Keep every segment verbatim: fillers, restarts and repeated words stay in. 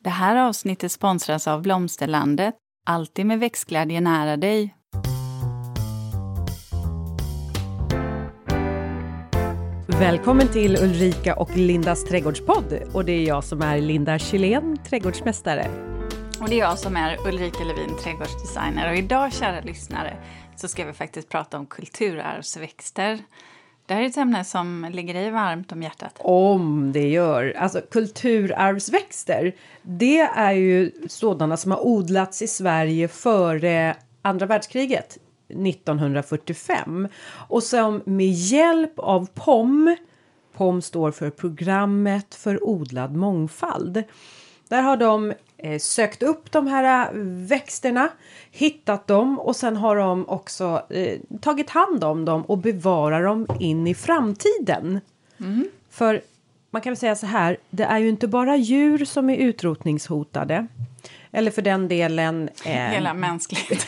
Det här avsnittet sponsras av Blomsterlandet. Alltid med växtglädje nära dig. Välkommen till Ulrika och Lindas trädgårdspodd. Och det är jag som är Linda Kylén, trädgårdsmästare. Och det är jag som är Ulrika Levin, trädgårdsdesigner. Och idag, kära lyssnare, så ska vi faktiskt prata om kulturarvsväxter. Det här är ett ämne som ligger dig varmt om hjärtat. Om det gör. Alltså kulturarvsväxter, det är ju sådana som har odlats i Sverige före andra världskriget nittonhundrafyrtiofem. Och som med hjälp av P O M, P O M står för Programmet för odlad mångfald. Där har de eh, sökt upp de här växterna, hittat dem och sen har de också eh, tagit hand om dem och bevarar dem in i framtiden. Mm. För man kan väl säga så här, det är ju inte bara djur som är utrotningshotade. Eller för den delen... Eh, Hela mänskligheten.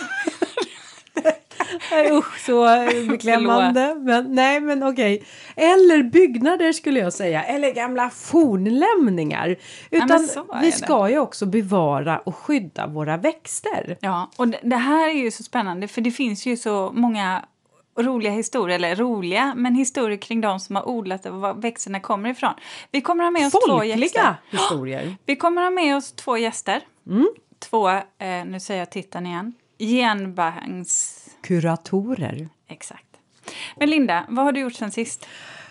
Usch, så beklämmande. Men, nej, men okej. Eller byggnader skulle jag säga. Eller gamla fornlämningar. Utan ja, vi ska ju också bevara och skydda våra växter. Ja, och det, det här är ju så spännande. För det finns ju så många roliga historier. Eller roliga, men historier kring de som har odlat och var växterna kommer ifrån. Vi kommer ha med oss Folkliga två gäster. historier. Vi kommer ha med oss två gäster. Mm. Två, eh, nu säger jag titeln igen. Genbanks... kuratorer. Exakt. Men Linda, vad har du gjort sen sist?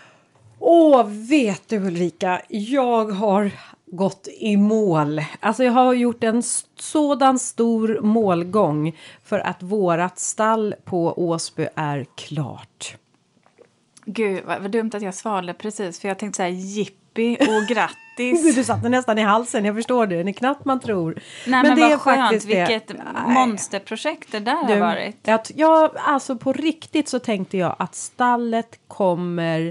Åh, vet du Ulrika, jag har gått i mål. Alltså jag har gjort en sådan stor målgång för att vårat stall på Åsby är klart. Gud, vad, vad dumt att jag svalde precis. För jag tänkte säga jippi och grattis. Du satte nästan i halsen, jag förstår det. Det är knappt man tror. Nej, men, men det vad är skönt, faktiskt vilket det. monsterprojekt det där du, har varit. Jag, jag, alltså på riktigt så tänkte jag att stallet kommer...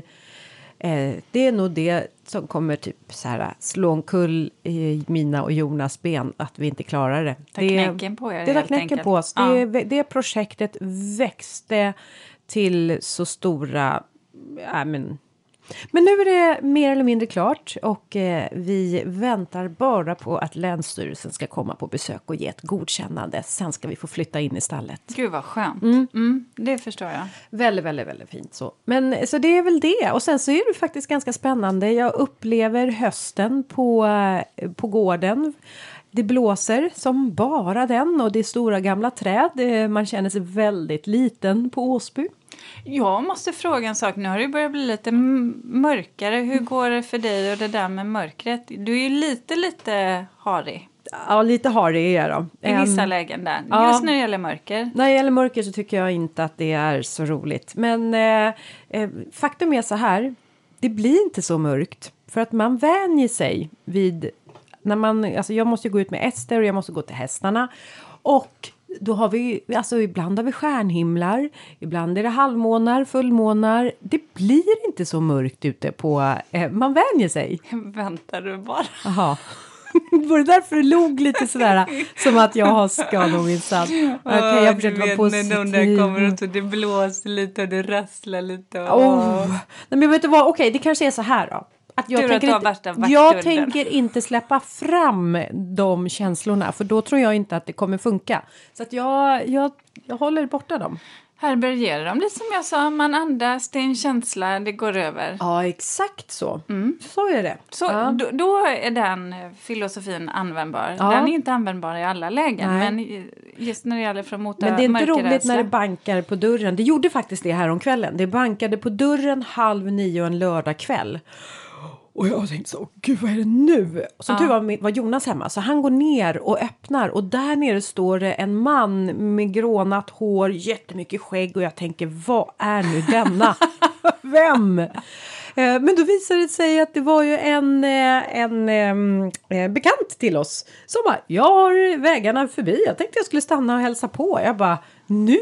Eh, det är nog det som kommer typ så här slå omkull i mina och Jonas ben att vi inte klarar det. Ta det knäcken på er. Det tar helt knäcken enkelt. på oss. Ja. Det, det projektet växte till så stora... Äh, men, men nu är det mer eller mindre klart och eh, vi väntar bara på att Länsstyrelsen ska komma på besök och ge ett godkännande. Sen ska vi få flytta in i stallet. Gud vad skönt. Mm. Mm, det förstår jag. Väldigt, väldigt, väldigt fint så. Men så det är väl det. Och sen så är det faktiskt ganska spännande. Jag upplever hösten på, på gården. Det blåser som bara den och det är stora gamla träd. Man känner sig väldigt liten på Åsby. Jag måste fråga en sak. Nu har det börjat bli lite m- mörkare. Hur går det för dig och det där med mörkret? Du är ju lite, lite harig. Ja, lite harig är jag då. I vissa um, lägen där. ja. Just när det gäller mörker. När det gäller mörker så tycker jag inte att det är så roligt. Men eh, eh, faktum är så här. Det blir inte så mörkt. För att man vänjer sig vid... När man, alltså jag måste gå ut med Ester och jag måste gå till hästarna. Och då har vi, alltså ibland har vi stjärnhimlar. Ibland är det halvmånar, fullmånar. Det blir inte så mörkt ute på, eh, man vänjer sig. Väntar du bara. Jaha. Var det därför du log lite sådär? Som att jag har ska nog insatt. Okej, jag försöker vara positiv. När de där kommer ut och det blåser lite och det rasslar lite. Och... Oh. Nej, men vet du vad? Okej, det kanske är så här då. Att jag, tänker att inte, jag tänker inte släppa fram de känslorna. För då tror jag inte att det kommer funka. Så att jag, jag, jag håller borta dem. Härbärgerar dem. Lite som jag sa, man andas, det är en känsla, det går över. Ja, exakt så. Mm. Så är det. Så ja. då, då är den filosofin användbar. Ja. Den är inte användbar i alla lägen. Nej. Men just när det gäller för att mota Men det är inte roligt mörkerrädsla. när det bankar på dörren. Det gjorde faktiskt det här om kvällen. Det bankade på dörren halv nio en lördag kväll. Och jag tänkte så, gud vad är det nu? Som ja. tur var, var Jonas hemma. Så han går ner och öppnar. Och där nere står det en man med grånat hår, jättemycket skägg. Och jag tänker, vad är nu denna? Vem? Men då visade det sig att det var ju en, en, en, en bekant till oss. Som bara, jag har vägarna förbi. Jag tänkte jag skulle stanna och hälsa på. Jag bara, nu?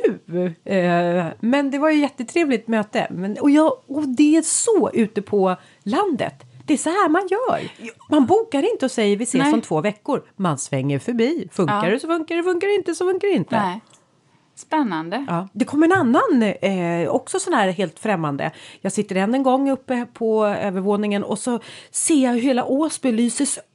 Men det var ju jättetrevligt möte. Men, och, jag, och det är så ute på landet. Det är så här man gör. Man bokar inte och säger vi ses Nej. om två veckor. Man svänger förbi. Funkar ja. det så funkar det, funkar det inte så funkar det inte. Nej. Spännande. Ja. Det kommer en annan, eh, också sån här helt främmande. Jag sitter än en gång uppe på övervåningen och så ser jag hur hela Åsby lyses upp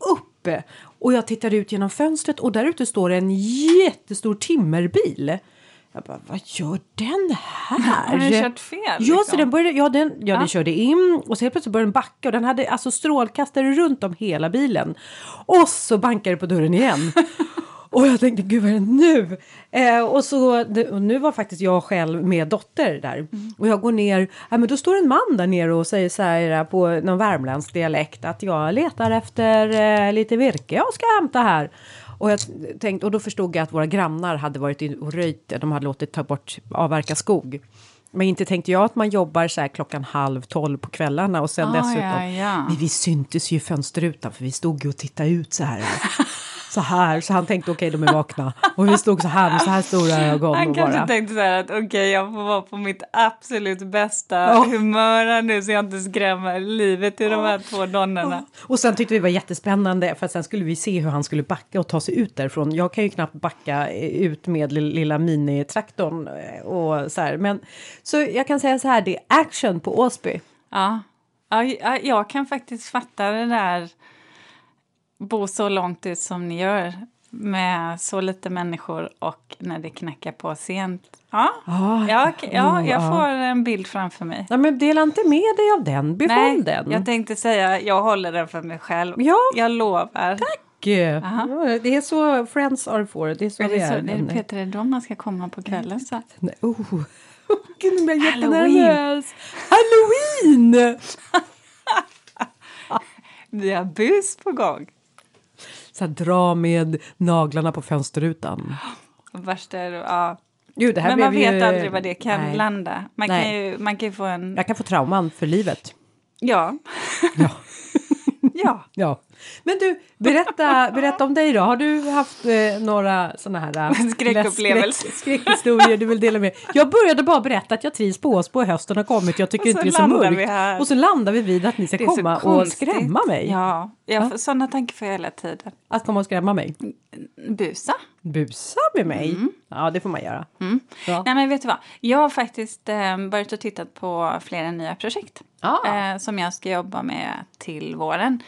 uppe. Och jag tittar ut genom fönstret och där ute står en jättestor timmerbil. Jag bara, vad gör den här? Har den kört fel? Ja, Liksom? så den började, ja, den, ja, Ja. den körde in och så helt plötsligt började den backa och den hade alltså strålkastare runt om hela bilen. Och så bankade det på dörren igen. Och jag tänkte, gud vad är det nu? Eh, och, så, det, och nu var faktiskt jag själv med dotter där. Mm. Och jag går ner, ja, men då står en man där nere och säger så här på någon värmländsk dialekt att jag letar efter eh, lite virke jag ska hämta här. Och, jag tänkte, och då förstod jag att våra grannar hade varit in och röjt, de hade låtit ta bort, avverka skog. Men inte tänkte jag att man jobbar så här klockan halv tolv på kvällarna och sen ah, dessutom, ja, ja. Vi, vi syntes ju i fönsterrutan för vi stod ju och tittade ut så här. Så här, så han tänkte okej, okay, de är vakna. Och vi stod så här med så här stora ögon. Han och kanske bara... tänkte så här att okej, okay, jag får vara på mitt absolut bästa ja. humör här nu så jag inte skrämmer livet i ja. de här två donnorna. Ja. Och sen tyckte vi det var jättespännande för sen skulle vi se hur han skulle backa och ta sig ut därifrån. Jag kan ju knappt backa ut med lilla minitraktorn och så här. Men, så jag kan säga så här, det är action på Åsby. Ja, ja jag kan faktiskt fatta det där. Bo så långt ut som ni gör med så lite människor och när det knackar på sent. Ja, ah, ja, ja oh, jag ah. får en bild framför mig. Ja, men dela inte med dig av den, behåll Nej, den. Jag tänkte säga, jag håller den för mig själv. Ja. Jag lovar. Tack! Ja, det är så friends are for. Det är så är det, det är. Så, det är Peter, det är då man ska komma på kvällen. Så. Nej, oh. Gud, nu blir jag jättenervös. Halloween! Vi har bus på gång. Så här, dra med naglarna på fönsterrutan. Värsta är ja. Jo, det här men man vet ju... aldrig vad det kan Nej. landa. Man kan, ju, man kan ju få en... Jag kan få trauman för livet. Ja. Ja. ja. Ja. Men du, berätta, berätta om dig då. Har du haft eh, några sådana här skräckupplevelser? Skräck, skräckhistorier du vill dela med? Jag började bara berätta att jag trivs på Åsby och hösten har kommit. Jag tycker inte det är så mörkt. Och så landar vi vid att ni ska komma och skrämma mig. Ja, jag får, sådana tankar för hela tiden. Att komma och skrämma mig? Busa. Busa med mig? Mm. Ja, det får man göra. Mm. Ja. Nej, men vet du vad? Jag har faktiskt eh, börjat att titta på flera nya projekt. Ah. Eh, som jag ska jobba med till våren.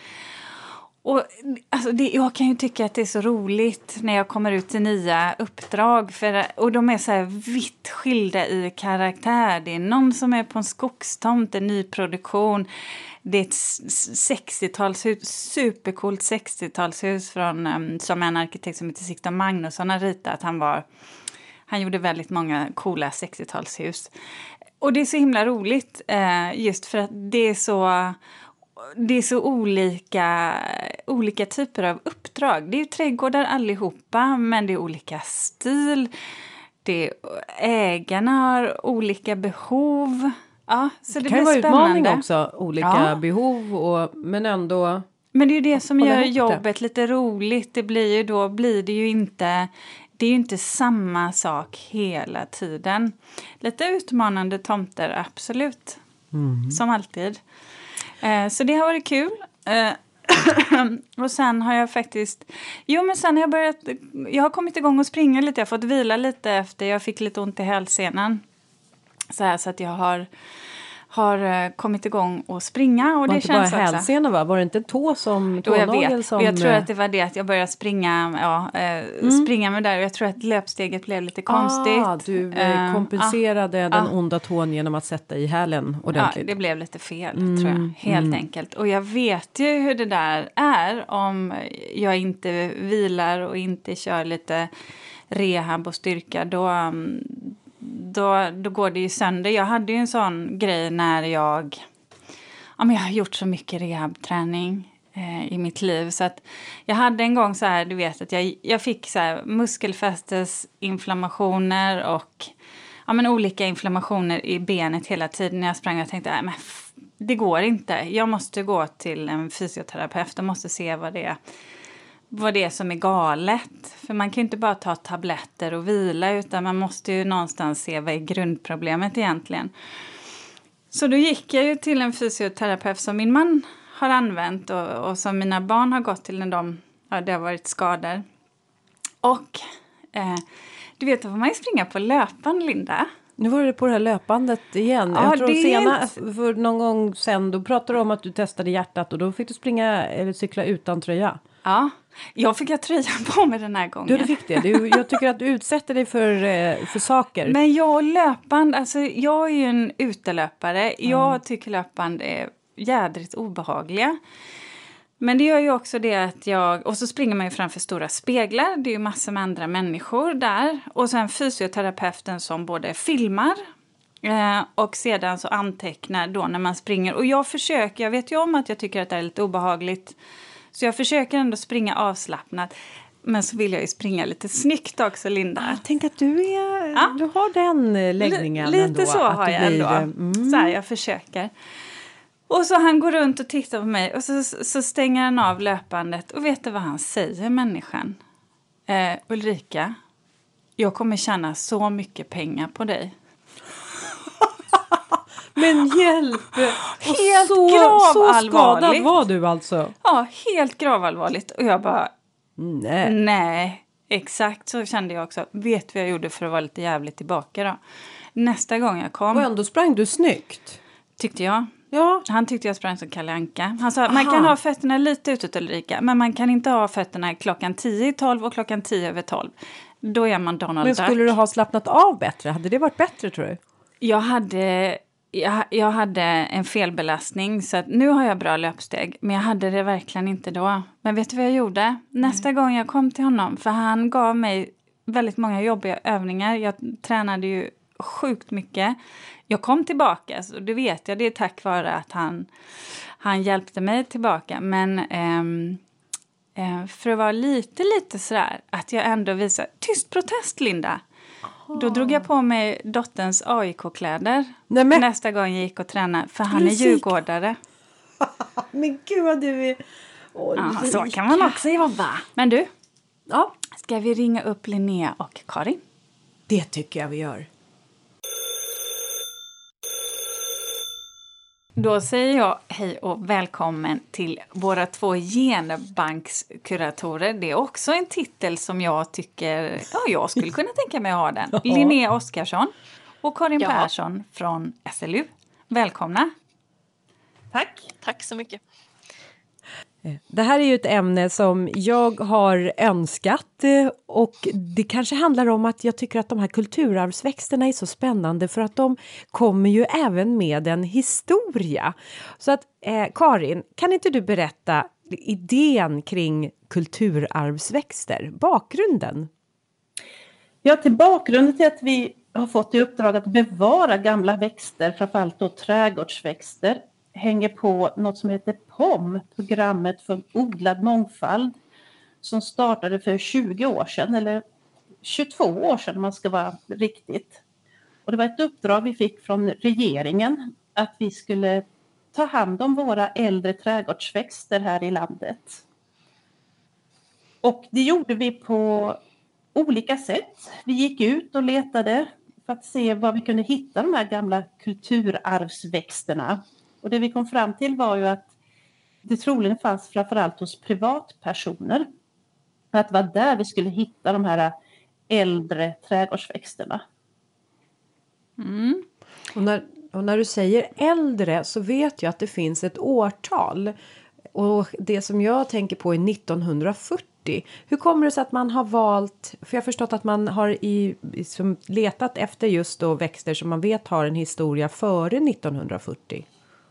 Och alltså det, jag kan ju tycka att det är så roligt när jag kommer ut till nya uppdrag. För, och de är så här vitt skilda i karaktär. Det är någon som är på en skogstomt, en nyproduktion. Det är ett sextiotalshus, supercoolt sextiotalshus från, um, som en arkitekt som heter Sixten Magnusson har ritat. Han, var, han gjorde väldigt många coola sextiotalshus. Och det är så himla roligt eh, just för att det är så... Det är så olika, olika typer av uppdrag. Det är ju trädgårdar allihopa, men det är olika stil. Det är, ägarna har olika behov. Ja, så det, det kan blir vara utmaning också, olika ja. behov, och, men ändå... Men det är ju det som gör jobbet det. lite roligt. Det blir ju då, blir det ju inte... Det är ju inte samma sak hela tiden. Lite utmanande tomter, absolut. Mm. Som alltid. Eh, så det har varit kul. Eh, och sen har jag faktiskt... Jo, men sen har jag börjat... Jag har kommit igång och springa lite. Jag har fått vila lite efter. Jag fick lite ont i hälsenan. Så här, så att jag har... har kommit igång och springa. Och var det inte känns bara hälsena, va? Var det inte en tå som tånagel? Jag vet. Som... Jag tror att det var det att jag började springa, ja, eh, mm. springa med där. Och jag tror att löpsteget blev lite konstigt. Ah, du eh, kompenserade uh, den uh, onda tån genom att sätta i hälen ordentligt. Ja, det blev lite fel, mm, tror jag. Helt mm. enkelt. Och jag vet ju hur det där är om jag inte vilar och inte kör lite rehab och styrka. Då... Um, Då, då går det ju sönder. Jag hade ju en sån grej när jag... Ja, men jag har gjort så mycket rehabträning eh, i mitt liv. Så att jag hade en gång så här, du vet, att jag, jag fick så här muskelfästesinflammationer och ja, men olika inflammationer i benet hela tiden när jag sprang. Jag tänkte, nej men f- det går inte. Jag måste gå till en fysioterapeut och måste se vad det är. Vad det är som är galet. För man kan ju inte bara ta tabletter och vila, utan man måste ju någonstans se vad är grundproblemet egentligen. Så då gick jag ju till en fysioterapeut som min man har använt och, och som mina barn har gått till när de, ja, det har varit skador. Och eh, du vet, då får man ju springa på löpan, Linda. Nu var det på det här löpandet igen. Ja, jag tror sena, inte... för någon gång sen, då pratade du om att du testade hjärtat och då fick du springa eller cykla utan tröja. Ja, jag fick ha tröjan på mig den här gången. Du, du fick det. Du, jag tycker att du utsätter dig för, eh, för saker. Men jag och löpband, alltså jag är ju en utelöpare. Mm. Jag tycker löpband är jädrigt obehagliga. Men det gör ju också det att jag... Och så springer man ju framför stora speglar. Det är ju massor med andra människor där. Och sen fysioterapeuten som både filmar eh, och sedan så antecknar då när man springer. Och jag försöker, jag vet ju om att jag tycker att det är lite obehagligt. Så jag försöker ändå springa avslappnat. Men så vill jag ju springa lite snyggt också, Linda. Jag tänker att du, är, ja. du har den läggningen L- lite ändå. så att har jag blir, ändå. Mm. Så här, jag försöker. Och så han går runt och tittar på mig. Och så, så stänger han av löpandet. Och vet du vad han säger, människan? Eh, Ulrika, jag kommer tjäna så mycket pengar på dig. Men hjälp! Och helt så, gravallvarligt. Så skadad var du alltså? Ja, helt gravallvarligt. Och jag bara... Nej. Nej, exakt så kände jag också. Vet vad jag gjorde för att vara lite jävligt tillbaka då? Nästa gång jag kom... Och ändå sprang du snyggt. Tyckte jag. Ja. Han tyckte jag sprang som Kalle Anka. Han sa, man kan ha fötterna lite utåt, Ulrika. Men man kan inte ha fötterna klockan tio i tolv och klockan tio över tolv. Då är man Donald Duck. Men skulle du ha slappnat av bättre? Hade det varit bättre, tror du? Jag hade... Jag, jag hade en felbelastning, så att nu har jag bra löpsteg. Men jag hade det verkligen inte då. Men vet du vad jag gjorde? Nästa mm. gång jag kom till honom, för han gav mig väldigt många jobbiga övningar. Jag tränade ju sjukt mycket. Jag kom tillbaka, så det vet jag. Det är tack vare att han, han hjälpte mig tillbaka. Men ähm, äh, för att vara lite, lite sådär, att jag ändå visar... Tyst protest, Linda! Då drog jag på mig dotterns A I K-kläder Nej, men... nästa gång jag gick och tränade. För han är djurgårdare. Men gud vad du är... Oh, ja, så kan man också jobba. Men du, ja. Ska vi ringa upp Linnea och Karin? Det tycker jag vi gör. Då säger jag hej och välkommen till våra två genbankskuratorer. Det är också en titel som jag tycker, ja, jag skulle kunna tänka mig att ha den. Ja. Linnea Oskarsson och Karin ja. Persson från S L U. Välkomna. Tack, tack så mycket. Det här är ju ett ämne som jag har önskat, och det kanske handlar om att jag tycker att de här kulturarvsväxterna är så spännande för att de kommer ju även med en historia. Så att eh, Karin, kan inte du berätta idén kring kulturarvsväxter, bakgrunden? Ja, till bakgrunden till att vi har fått i uppdrag att bevara gamla växter, framförallt då trädgårdsväxter, hänger på något som heter P O M, programmet för odlad mångfald, som startade för tjugo år sedan, eller tjugotvå år sedan om man ska vara riktigt. Och det var ett uppdrag vi fick från regeringen att vi skulle ta hand om våra äldre trädgårdsväxter här i landet. Och det gjorde vi på olika sätt. Vi gick ut och letade för att se var vi kunde hitta de här gamla kulturarvsväxterna. Och det vi kom fram till var ju att det troligen fanns framförallt hos privatpersoner. Att det var där vi skulle hitta de här äldre trädgårdsväxterna. Mm. Och, när, och när du säger äldre så vet jag att det finns ett årtal. Och det som jag tänker på är nittonhundrafyrtio. Hur kommer det sig att man har valt, för jag har förstått att man har i, som letat efter just då växter som man vet har en historia före nittonhundrafyrtio?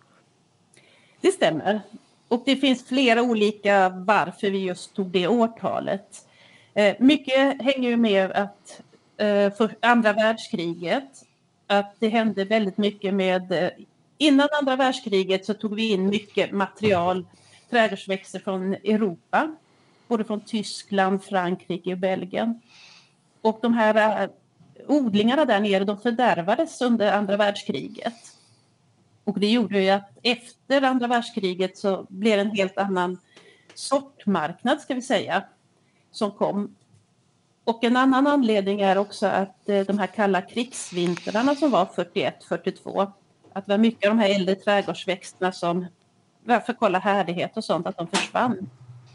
Det stämmer. Och det finns flera olika varför vi just tog det årtalet. Eh, mycket hänger ju med att eh, för andra världskriget, att det hände väldigt mycket med, eh, innan andra världskriget så tog vi in mycket material, trädgårdsväxter från Europa, både från Tyskland, Frankrike och Belgien. Och de här eh, odlingarna där nere, de fördärvades under andra världskriget. Och det gjorde ju att efter andra världskriget så blev det en helt annan sortmarknad, ska vi säga, som kom. Och en annan anledning är också att de här kalla krigsvintrarna som var fyrtioett fyrtiotvå, att det var mycket av de här äldre trädgårdsväxterna som, för att kolla härdighet och sånt, att de försvann.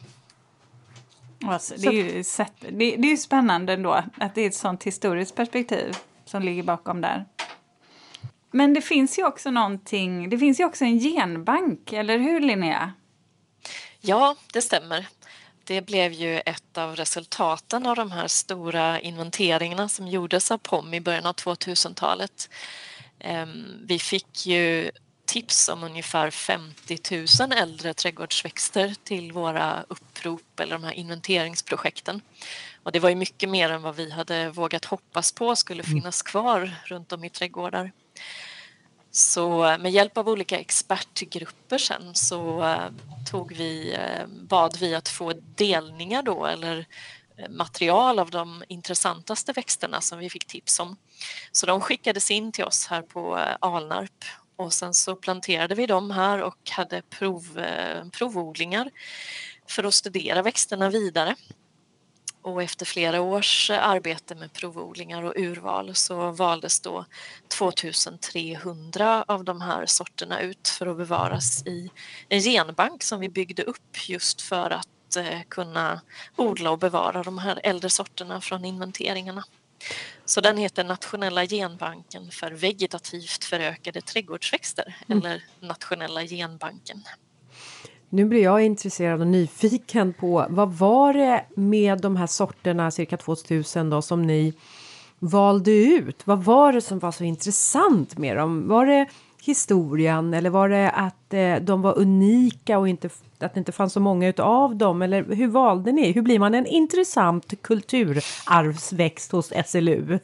Alltså, det, är ju, det, det är ju spännande ändå att det är ett sånt historiskt perspektiv som ligger bakom där. Men det finns ju också någonting, det finns ju också en genbank, eller hur Linnea? Ja, det stämmer. det blev ju ett av resultaten av de här stora inventeringarna som gjordes av P O M i början av tvåtusentalet. Vi fick ju tips om ungefär femtio tusen äldre trädgårdsväxter till våra upprop eller de här inventeringsprojekten. Och det var ju mycket mer än vad vi hade vågat hoppas på skulle finnas kvar runt om i trädgårdar. Så med hjälp av olika expertgrupper sen så tog vi, bad vi att få delningar då eller material av de intressantaste växterna som vi fick tips om. Så de skickades in till oss här på Alnarp och sen så planterade vi dem här och hade prov, provodlingar för att studera växterna vidare. Och efter flera års arbete med provodlingar och urval så valdes då tvåtusentrehundra av de här sorterna ut för att bevaras i en genbank som vi byggde upp just för att eh, kunna odla och bevara de här äldre sorterna från inventeringarna. Så den heter Nationella genbanken för vegetativt förökade trädgårdsväxter mm. eller Nationella genbanken. Nu blir jag intresserad och nyfiken på vad var det med de här sorterna cirka tvåtusen då som ni valde ut? Vad var det som var så intressant med dem? Var det historien eller var det att eh, de var unika och inte, att det inte fanns så många utav dem? Eller hur valde ni? Hur blir man en intressant kulturarvsväxt hos S L U?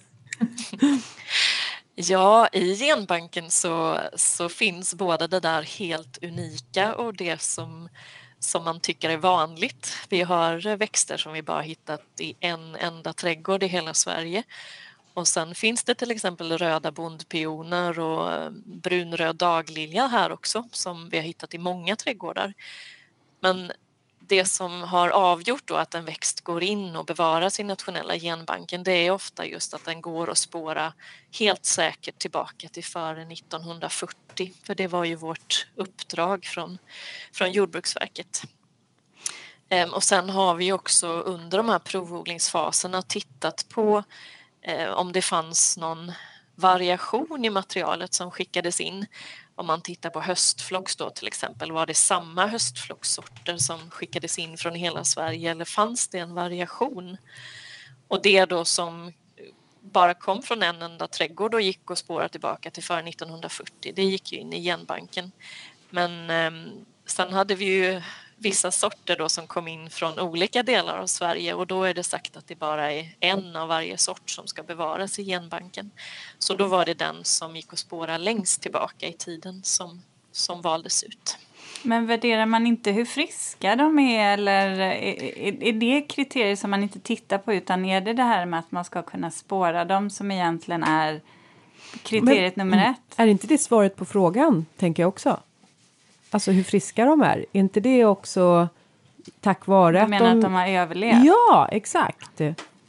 Ja, i genbanken så, så finns både det där helt unika och det som, som man tycker är vanligt. Vi har växter som vi bara hittat i en enda trädgård i hela Sverige. Och sen finns det till exempel röda bondpioner och brunröd daglilja här också som vi har hittat i många trädgårdar. Men det som har avgjort då att en växt går in och bevaras i nationella genbanken, det är ofta just att den går att spåra helt säkert tillbaka till före nittonhundrafyrtio. För det var ju vårt uppdrag från, från Jordbruksverket. Ehm, och sen har vi också under de här provodlingsfaserna tittat på eh, om det fanns någon variation i materialet som skickades in. Om man tittar på höstflocks då till exempel, var det samma höstflockssorter som skickades in från hela Sverige eller fanns det en variation? Och det då som bara kom från en enda trädgård och gick och spåra tillbaka till före nittonhundrafyrtio, det gick ju in i genbanken. Men eh, sen hade vi ju vissa sorter då som kom in från olika delar av Sverige och då är det sagt att det bara är en av varje sort som ska bevaras i genbanken. Så då var det den som gick att spåra längst tillbaka i tiden som, som valdes ut. Men värderar man inte hur friska de är eller är, är det kriterier som man inte tittar på utan är det det här med att man ska kunna spåra dem som egentligen är kriteriet Men, nummer ett? Är inte det svaret på frågan, tänker jag också? Alltså hur friska de är. Är inte det också tack vare du att menar de... att de har överlevt? Ja, exakt.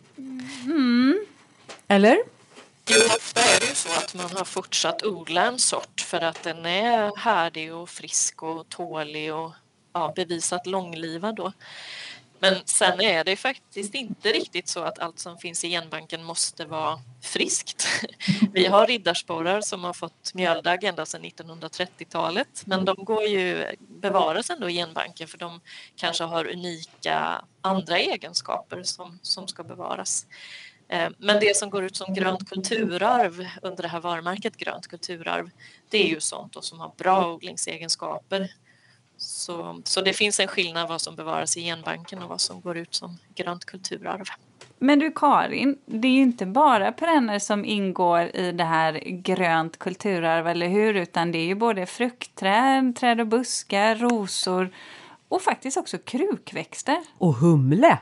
Mm. Eller? Jo, ofta är det ju så att man har fortsatt odla en sort för att den är härdig och frisk och tålig och ja, bevisat långlivad då. Men sen är det faktiskt inte riktigt så att allt som finns i genbanken måste vara friskt. Vi har riddarsporrar som har fått mjöldagg ända sedan nittonhundratrettiotalet. Men de går ju bevaras ändå i genbanken för de kanske har unika andra egenskaper som, som ska bevaras. Men det som går ut som grönt kulturarv under det här varumärket grönt kulturarv, det är ju sånt då som har bra odlingsegenskaper. Så, så det finns en skillnad vad som bevaras i genbanken och vad som går ut som grönt kulturarv. Men du Karin, det är ju inte bara perenner som ingår i det här grönt kulturarv, eller hur? Utan det är ju både fruktträd, träd och buskar, rosor och faktiskt också krukväxter. Och humle.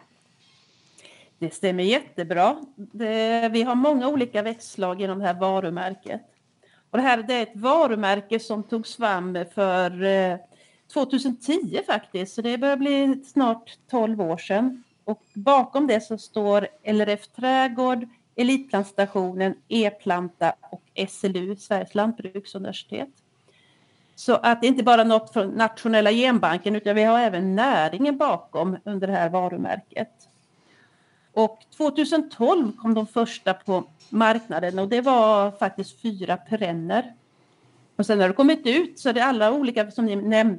Det stämmer jättebra. Det, vi har många olika växtslag inom det här varumärket. Och det här det är ett varumärke som togs fram för eh, tjugohundratio faktiskt. Så det börjar bli snart tolv år sedan. Och bakom det så står L R F Trädgård, Elitplantstationen, E-planta och S L U, Sveriges lantbruksuniversitet. Så att det inte bara något från nationella genbanken utan vi har även näringen bakom under det här varumärket. Och tjugotolv kom de första på marknaden och det var faktiskt fyra perenner. Och sen har det kommit ut så är det alla olika som ni nämnde.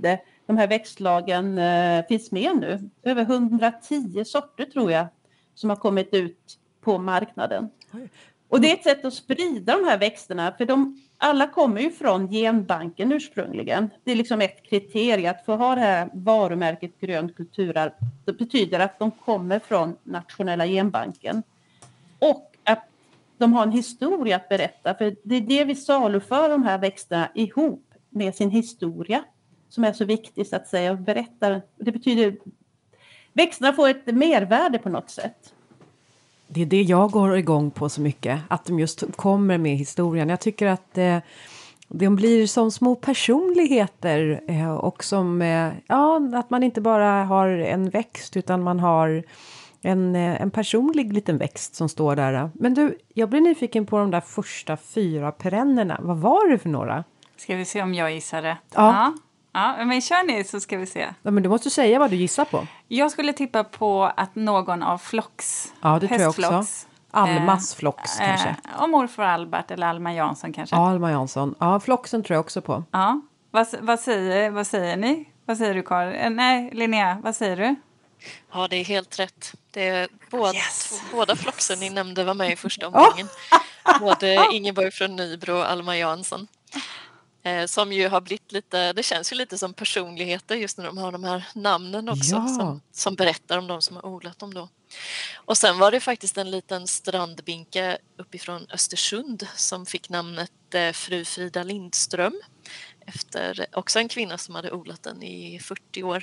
de här växtslagen eh, finns med nu. Över hundratio sorter tror jag som har kommit ut på marknaden. Och det är ett sätt att sprida de här växterna, för de alla kommer ju från genbanken ursprungligen. Det är liksom ett kriterie att få ha det här varumärket grönt kulturarv. Det betyder att de kommer från nationella genbanken. Och att de har en historia att berätta. För det är det vi saluför de här växterna ihop med sin historia. Som är så viktigt så att säga. Berättar, det betyder växterna får ett mervärde på något sätt. Det är det jag går igång på så mycket. Att de just kommer med historien. Jag tycker att eh, de blir som små personligheter. Eh, och som, eh, ja, att man inte bara har en växt utan man har en, eh, en personlig liten växt som står där. Men du, jag blir nyfiken på de där första fyra perennerna. Vad var det för några? Ska vi se om jag gissar rätt? Ja. Ja. Ja, men kör ni så ska vi se. Ja, men du måste säga vad du gissar på. Jag skulle tippa på att någon av Flox. Ja, det tror jag också. Hästflox. Almas Flox Eh, kanske. Eh, och morfar Albert eller Alma Jansson kanske. Ja, Alma Jansson. Ja, Floxen tror jag också på. Ja. Vad, vad, säger, vad säger ni? Vad säger du, Karin? Eh, nej, Linnea, vad säger du? Ja, det är helt rätt. Det är båda, Yes. båda floxen ni nämnde var med i första omgången. Både Ingeborg från Nybro och Alma Jansson. Eh, som ju har blivit lite, det känns ju lite som personligheter just när de har de här namnen också. Ja. Som, som berättar om de som har odlat dem då. Och sen var det faktiskt en liten strandbinke uppifrån Östersund som fick namnet eh, Fru Frida Lindström. Efter också en kvinna som hade odlat den i fyrtio år.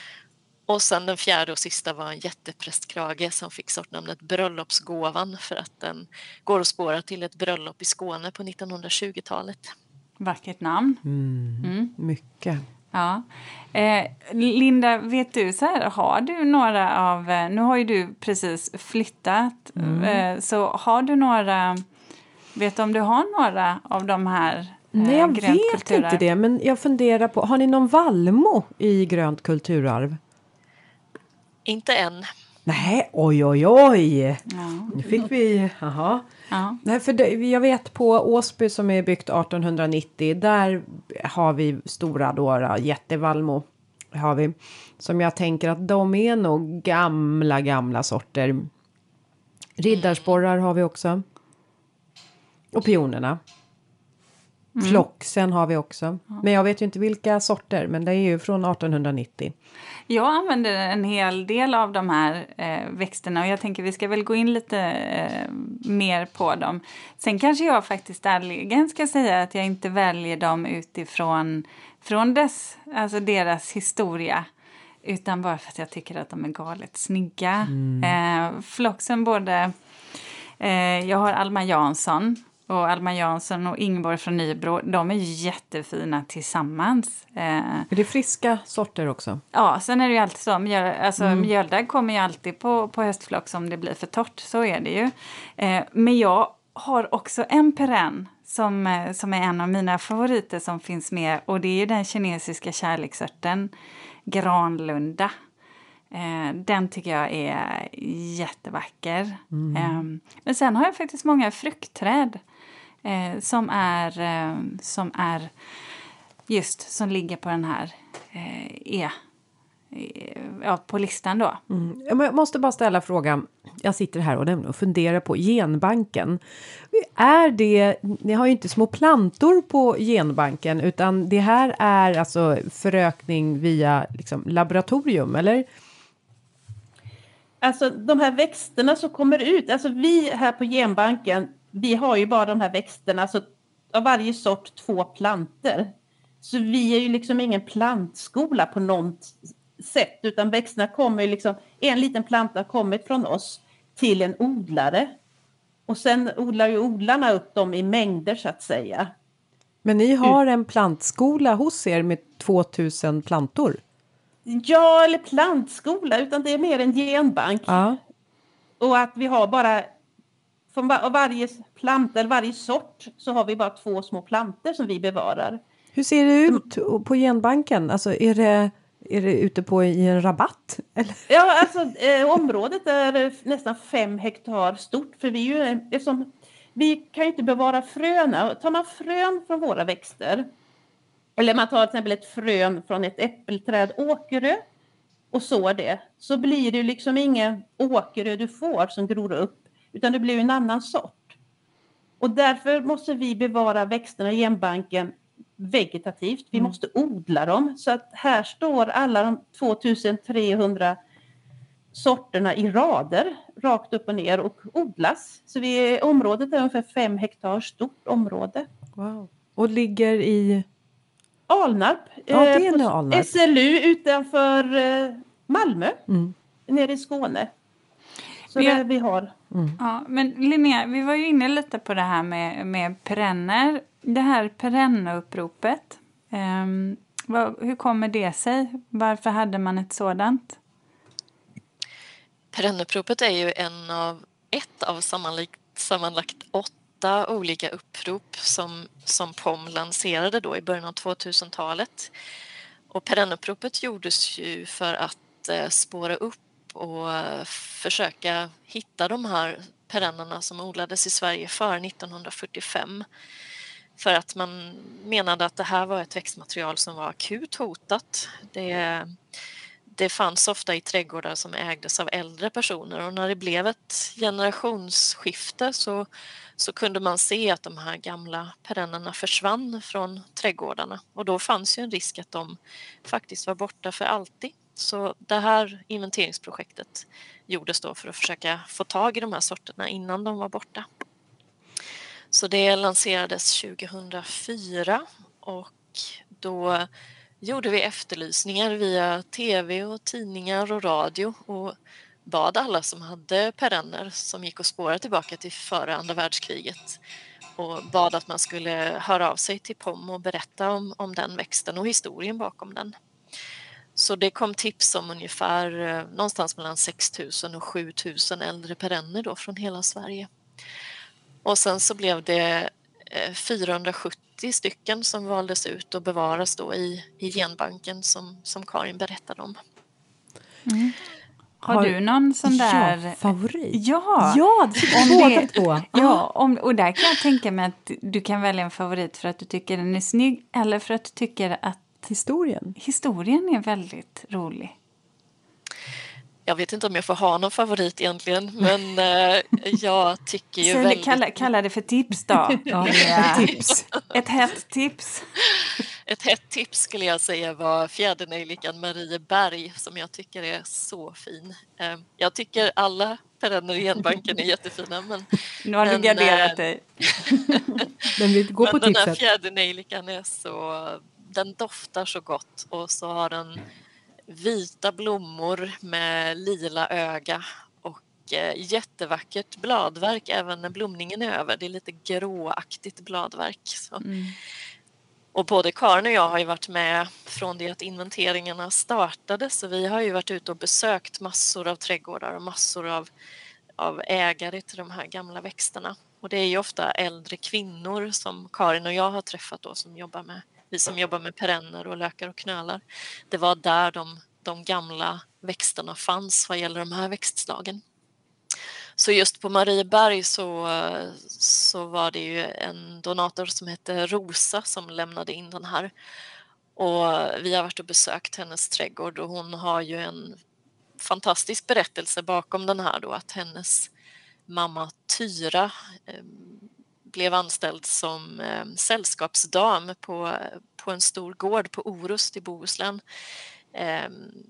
Och sen den fjärde och sista var en jätteprästkrage som fick sortnamnet Bröllopsgåvan för att den går att spåra till ett bröllop i Skåne på nittonhundratjugotalet. Vackert namn. Mm. Mm. Mycket. Ja. Eh, Linda, vet du så här, har du några av, eh, nu har ju du precis flyttat, Mm. eh, så har du några, vet du om du har några av de här eh, Nej, jag grönt vet kulturarv? inte det, men jag funderar på, har ni någon vallmo i grönt kulturarv? Inte än. Nej, oj oj oj. Ja. Nu fick vi, aha. Ja. Nej, för det, jag vet på Åsby som är byggt arton nittio, där har vi stora då, jättevallmo har vi. Som jag tänker att de är nog gamla, gamla sorter. Riddarsporrar har vi också. Och pionerna. Mm. Floxen har vi också. Ja. Men jag vet ju inte vilka sorter, men det är ju från arton nittio. Jag använder en hel del av de här eh, växterna och jag tänker vi ska väl gå in lite eh, mer på dem. Sen kanske jag faktiskt ärligen ska säga att jag inte väljer dem utifrån från dess, alltså deras historia. Utan bara för att jag tycker att de är galet snygga. Mm. Eh, floxen både, eh, jag har Alma Jansson. Och Alma Jansson och Ingeborg från Nybro, de är jättefina tillsammans. Eh, är det friska sorter också? Ja, sen är det ju alltid så. Mjöl, alltså, mm. mjöldagg kommer ju alltid på, på höstflox om det blir för torrt. Så är det ju. Eh, men jag har också en perenn som, eh, som är en av mina favoriter som finns med. Och det är ju den kinesiska kärleksörten Granlunda. Eh, den tycker jag är jättevacker. Mm. Eh, men sen har jag faktiskt många fruktträd. Eh, som är eh, som är just som ligger på den här eh, e, e, ja, på listan då. Mm. Jag måste bara ställa frågan. Jag sitter här och, och funderar på genbanken. Är det, ni har ju inte små plantor på genbanken utan det här är alltså förökning via liksom, laboratorium, eller? Alltså de här växterna som kommer ut, alltså vi här på genbanken, vi har ju bara de här växterna, alltså av varje sort två planter. Så vi är ju liksom ingen plantskola på något sätt, utan växterna kommer ju liksom, en liten planta har kommit från oss till en odlare. Och sen odlar ju odlarna upp dem i mängder så att säga. Men ni har en plantskola hos er med tvåtusen plantor? Ja, eller plantskola, utan det är mer en genbank. Ja. Och att vi har bara, från var, varje planta eller varje sort så har vi bara två små planter som vi bevarar. Hur ser det ut på genbanken? Alltså är det, är det ute på i en rabatt? Eller? Ja, alltså eh, området är nästan fem hektar stort. För vi, är ju, eftersom, vi kan ju inte bevara fröna. Tar man frön från våra växter Eller man tar till exempel ett frön från ett äppelträd, åkerö, och sår det. Så blir det liksom ingen åkerö du får som gror upp, utan det blir en annan sort. Och därför måste vi bevara växterna i genbanken vegetativt. Vi mm. måste odla dem. Så att här står alla de tvåtusen sorterna i rader, rakt upp och ner, och odlas. Så vi, området är ungefär fem hektar stort område. Wow. Och ligger i? Alnarp. Ja, det är eh, Alnarp. S L U utanför eh, Malmö. Mm. Nere i Skåne. Så vi, det vi har. Mm. Ja, men Linnea, vi var ju inne lite på det här med, med perenner. Det här perenneuppropet. Eh, vad, hur kommer det sig? Varför hade man ett sådant? Perennuppropet är ju en av, ett av sammanlagt, sammanlagt åtta olika upprop som, som P O M lanserade då i början av tvåtusentalet. Och perennuppropet gjordes ju för att eh, spåra upp och eh, försöka hitta de här perennerna som odlades i Sverige före nittonhundrafyrtiofem. För att man menade att det här var ett växtmaterial som var akut hotat. Det Det fanns ofta i trädgårdar som ägdes av äldre personer, och när det blev ett generationsskifte så, så kunde man se att de här gamla perennerna försvann från trädgårdarna, och då fanns ju en risk att de faktiskt var borta för alltid. Så det här inventeringsprojektet gjordes då för att försöka få tag i de här sorterna innan de var borta. Så det lanserades tjugohundrafyra, och då gjorde vi efterlysningar via tv och tidningar och radio och bad alla som hade perenner som gick och spåra tillbaka till före andra världskriget, och bad att man skulle höra av sig till P O M och berätta om, om den växten och historien bakom den. Så det kom tips om ungefär eh, någonstans mellan sex tusen och sju tusen äldre perenner då från hela Sverige. Och sen så blev det eh, fyrahundrasjuttio stycken som valdes ut och bevaras då i, i genbanken som, som Karin berättade om. Mm. Har, har du någon sån där... Ja, favorit? Ja, ja det om det, två. Ja, om, och där kan jag tänka mig att du kan välja en favorit för att du tycker den är snygg, eller för att du tycker att historien, historien är väldigt rolig. Jag vet inte om jag får ha någon favorit egentligen, men eh, jag tycker ju så väldigt... Kalla, kalla det för tips då. Ja, ja. tips. Ett hett tips. Ett hett tips skulle jag säga var fjädernejlikan Marieberg, som jag tycker är så fin. Eh, jag tycker alla perenner i genbanken är jättefina, men... Nu har du garderat dig. Men vi går på men den tipset. här fjädernejlikan är så... Den doftar så gott, och så har den vita blommor med lila öga och eh, jättevackert bladverk även när blomningen är över. Det är lite gråaktigt bladverk. Så. Mm. Och både Karin och jag har ju varit med från det att inventeringarna startade, så vi har ju varit ute och besökt massor av trädgårdar och massor av, av ägare till de här gamla växterna. Och det är ju ofta äldre kvinnor som Karin och jag har träffat då, som jobbar med vi som jobbar med perenner och lökar och knölar. Det var där de, de gamla växterna fanns vad gäller de här växtslagen. Så just på Marieberg så, så var det ju en donator som hette Rosa som lämnade in den här. Och vi har varit och besökt hennes trädgård, och hon har ju en fantastisk berättelse bakom den här då, att hennes mamma Tyra eh, blev anställd som eh, sällskapsdam på, på en stor gård på Orust i Bohuslän eh,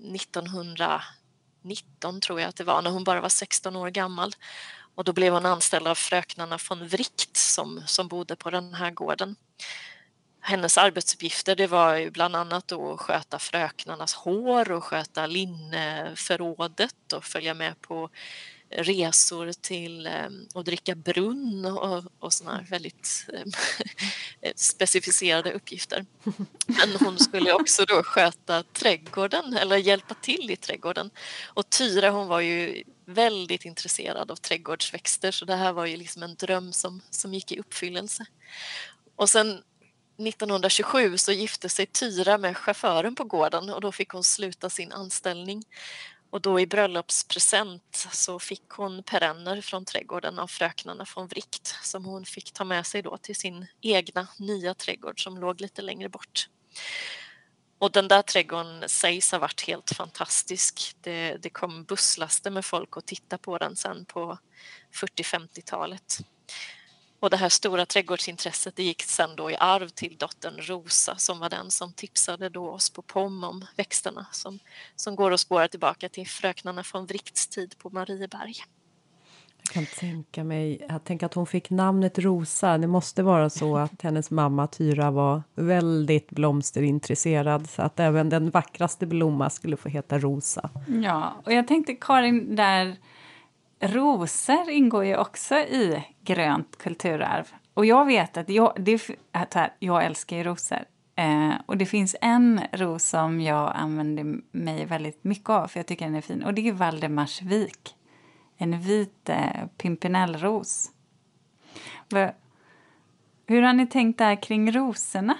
nittonhundranitton tror jag att det var, när hon bara var sexton år gammal. Och då blev hon anställd av fröknarna von Wright som, som bodde på den här gården. Hennes arbetsuppgifter, det var ju bland annat att sköta fröknarnas hår och sköta linneförrådet och följa med på resor till att dricka brunn och, och såna här väldigt specificerade uppgifter. Men hon skulle också då sköta trädgården, eller hjälpa till i trädgården. Och Tyra, hon var ju väldigt intresserad av trädgårdsväxter, så det här var ju liksom en dröm som, som gick i uppfyllelse. Och sen nittonhundratjugosju så gifte sig Tyra med chauffören på gården, och då fick hon sluta sin anställning. Och då i bröllopspresent så fick hon perenner från trädgården av fröknarna von Wright som hon fick ta med sig då till sin egna nya trädgård som låg lite längre bort. Och den där trädgården sägs ha varit helt fantastisk. Det, det kom busslaster med folk och titta på den sen på fyrtio-femtiotalet. Och det här stora trädgårdsintresset det gick sen då i arv till dottern Rosa som var den som tipsade då oss på P O M om växterna som, som går att spåra tillbaka till fröknarna från Vrigts tid på Marieberg. Jag kan tänka mig, jag tänker att hon fick namnet Rosa. Det måste vara så att hennes mamma Tyra var väldigt blomsterintresserad så att även den vackraste blomma skulle få heta Rosa. Ja, och jag tänkte Karin där rosor ingår ju också i grönt kulturarv. Och jag vet att jag, det, här, jag älskar ju rosor. Eh, och det finns en ros som jag använder mig väldigt mycket av för jag tycker den är fin. Och det är Valdemarsvik. En vit eh, pimpinellros. Va, hur har ni tänkt där kring rosorna?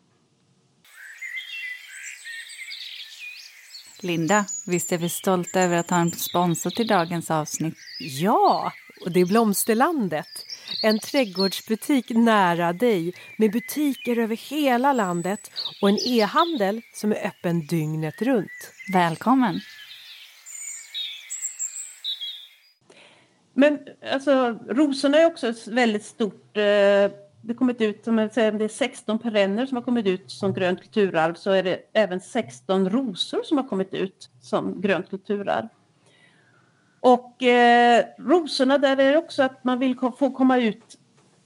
Linda, visst är vi stolta över att ha en sponsor till dagens avsnitt? Ja, och det är Blomsterlandet. En trädgårdsbutik nära dig med butiker över hela landet och en e-handel som är öppen dygnet runt. Välkommen! Men alltså, rosorna är också ett väldigt stort... Eh, det har kommit ut, som jag säger, det är sexton perenner som har kommit ut som grönt kulturarv. Så är det även sexton rosor som har kommit ut som grönt kulturarv. Och eh, rosorna där är det också att man vill ko- få komma ut,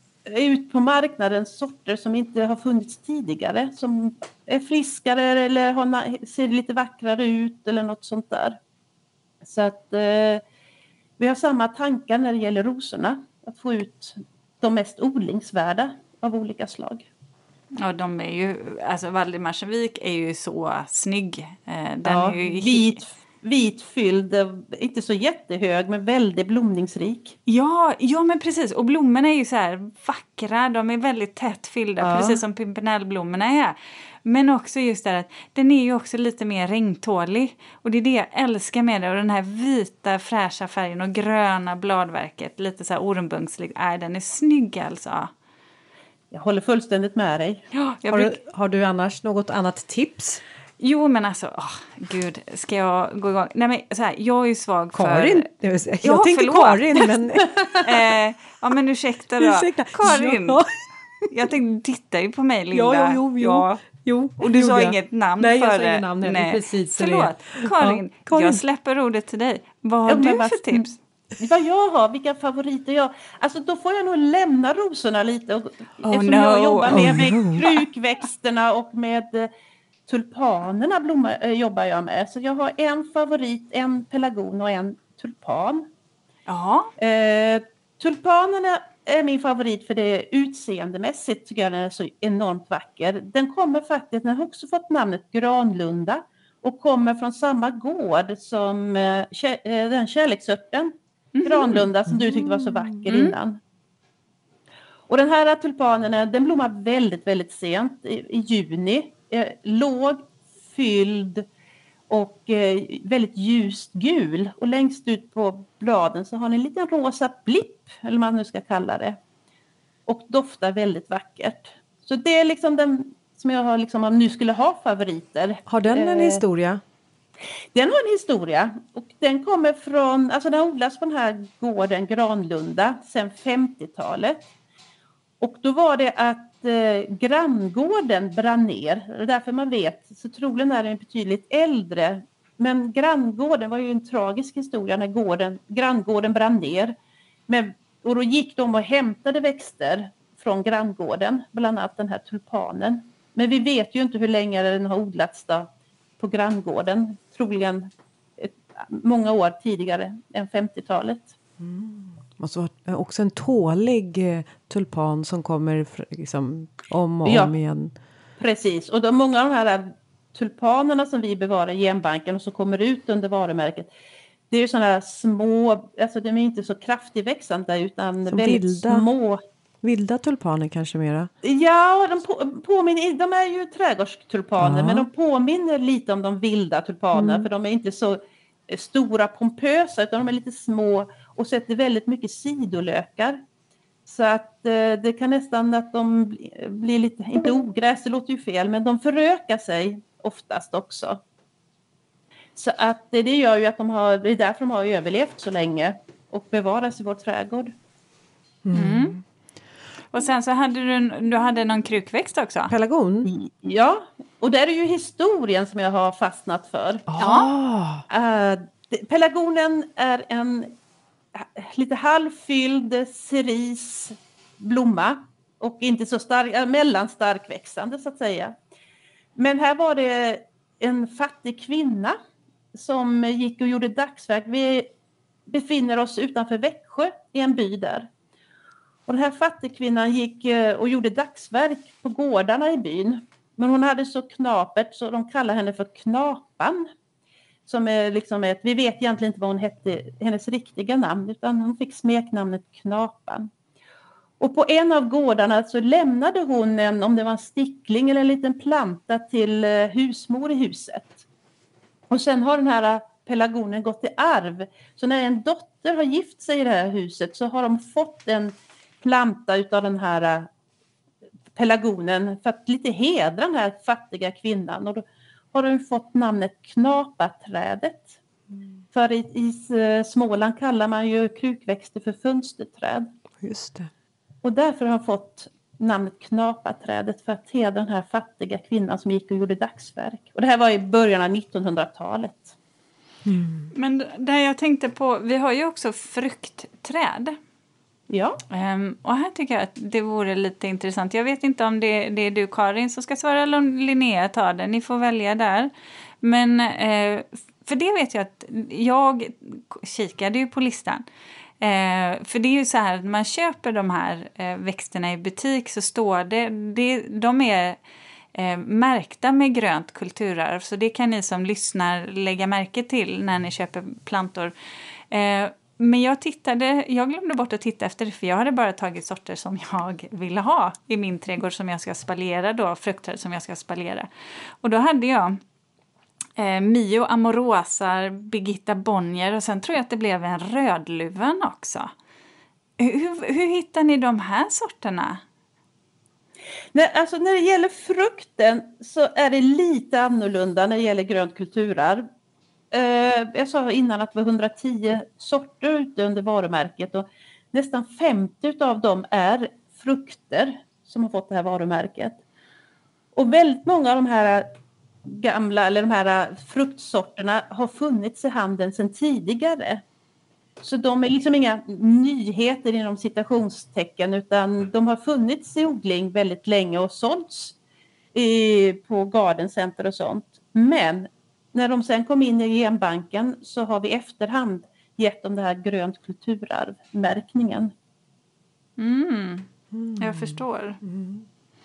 ut på marknaden sorter som inte har funnits tidigare. Som är friskare eller har, ser lite vackrare ut eller något sånt där. Så att... Eh, Vi har samma tankar när det gäller rosorna. Att få ut de mest odlingsvärda av olika slag. Ja, de är ju... Alltså Valdemarsvik är ju så snygg. Den ja, är ju... vit, vitfylld, inte så jättehög men väldigt blomningsrik. Ja, ja, men precis. Och blommorna är ju så här vackra. De är väldigt tätt fyllda, ja. Precis som pimpinellblommorna är. Men också just det att den är ju också lite mer regntålig. Och det är det jag älskar med det. Och den här vita fräscha färgen och gröna bladverket. Lite så här ormbunkslig. Nej, den är snygg alltså. Jag håller fullständigt med dig. Ja, jag har, bruk... du, har du annars något annat tips? Jo, men alltså, oh, gud, ska jag gå igång? Nej, men så här, jag är ju svag Karin, för... jag, jag ja, tänkte förlåt. Karin, men... eh, ja, men ursäkta då. Ursäkta. Karin, ja. jag tänkte, titta ju på mig, Linda. Ja, jo, jo, jo. Ja. Jo, och du sa jag. inget namn Nej, för jag det. sa inget namn heller. Nej. Precis, förlåt, Karin, ja, Karin, jag släpper ordet till dig. Vad har ja, du för vad, tips? Vad jag har, vilka favoriter jag... Alltså då får jag nog lämna rosorna lite. Och, oh, eftersom no. jag jobbar oh, med, med no. krukväxterna och med eh, tulpanerna blomma, eh, jobbar jag med. Så jag har en favorit, en pelargon och en tulpan. Ja. Eh, tulpanerna är min favorit för det utseendemässigt tycker jag den är så enormt vacker. Den kommer faktiskt, den har också fått namnet Granlunda och kommer från samma gård som eh, kä- eh, den kärleksörten mm. Granlunda som du tyckte var så vacker mm. innan. Och den här tulpanen den blommar väldigt väldigt sent i, i juni. Eh, låg, fylld och eh, väldigt ljust gul. Och längst ut på bladen så har ni en liten rosa blipp, eller vad man nu ska kalla det. Och doftar väldigt vackert. Så det är liksom den som jag har, liksom, om nu skulle ha favoriter. Har den en eh, historia? Den har en historia. Och den kommer från, alltså den odlas på den här gården Granlunda sedan femtiotalet. Och då var det att eh, granngården brann ner. Det är därför man vet, så troligen är den betydligt äldre. Men granngården var ju en tragisk historia när gården, granngården brann ner. Men, och då gick de och hämtade växter från granngården, bland annat den här tulpanen. Men vi vet ju inte hur länge den har odlats då på granngården. Troligen ett, många år tidigare än femtiotalet. Mm. Måste vara också en tålig eh, tulpan som kommer liksom, om och ja, om igen. Precis, och de, många av de här tulpanerna som vi bevarar i genbanken och som kommer ut under varumärket. Det är ju sådana här små, alltså de är inte så kraftigt växande utan som väldigt vilda, små. Vilda tulpaner kanske mera? Ja, de, på, påminner, de är ju trädgårdstulpaner ja. Men de påminner lite om de vilda tulpanerna mm. för de är inte så stora pompösa utan de är lite små och sätter väldigt mycket sidolökar. Så att eh, det kan nästan att de blir lite, inte ogräs, det låter ju fel, men de förökar sig oftast också. Så att det, det gör ju att de har, det är därför de har överlevt så länge och bevaras i vår trädgård. Mm. Och sen så hade du, du hade någon krukväxt också. Pelargon? Ja, och där är ju historien som jag har fastnat för. Ja. Uh, det, pelargonen är en lite halvfylld cerisblomma och inte så stark, äh, mellanstarkväxande så att säga. Men här var det en fattig kvinna som gick och gjorde dagsverk. Vi befinner oss utanför Växjö i en by där. Och den här fattigkvinnan gick och gjorde dagsverk på gårdarna i byn. Men hon hade så knapert så de kallar henne för Knapan. Som är liksom ett, vi vet egentligen inte vad hon hette, hennes riktiga namn, utan hon fick smeknamnet Knapan. Och på en av gårdarna så lämnade hon en, om det var en stickling eller en liten planta till husmor i huset. Och sen har den här pelargonen gått i arv. Så när en dotter har gift sig i det här huset så har de fått en planta utav den här pelargonen för att lite hedra den här fattiga kvinnan. Och då har de fått namnet knapaträdet. Mm. För i, i Småland kallar man ju krukväxter för fönsterträd. Just det. Och därför har de fått namnet knapaträdet för att hedra den här fattiga kvinnan som gick och gjorde dagsverk. Och det här var i början av nittonhundratalet. Mm. Men där jag tänkte på, vi har ju också fruktträd. Ja. Um, och här tycker jag att det vore lite intressant. Jag vet inte om det, det är du Karin som ska svara eller om Linnea tar det. Ni får välja där. Men uh, för det vet jag att jag kikade ju på listan. Uh, för det är ju så här, när man köper de här uh, växterna i butik så står det, det de är uh, märkta med grönt kulturarv. Så det kan ni som lyssnar lägga märke till när ni köper plantor. Uh, Men jag tittade, jag glömde bort att titta efter det för jag hade bara tagit sorter som jag ville ha i min trädgård som jag ska spalera då, frukter som jag ska spalera. Och då hade jag eh, Mio Amorosa, Birgitta Bonnier och sen tror jag att det blev en rödluvan också. Hur, hur hittar ni de här sorterna? Nej, alltså när det gäller frukten så är det lite annorlunda när det gäller grönt kulturarv. Uh, jag sa innan att det var hundratio sorter ute under varumärket och nästan femtio av dem är frukter som har fått det här varumärket. Och väldigt många av de här gamla eller de här fruktsorterna har funnits i handeln sedan tidigare. Så de är liksom inga nyheter inom citationstecken utan de har funnits i odling väldigt länge och sålts i, på garden center och sånt. Men när de sen kom in i genbanken så har vi i efterhand gett dem det här grönt kulturarv-märkningen. Mm. Mm. Jag förstår. Mm.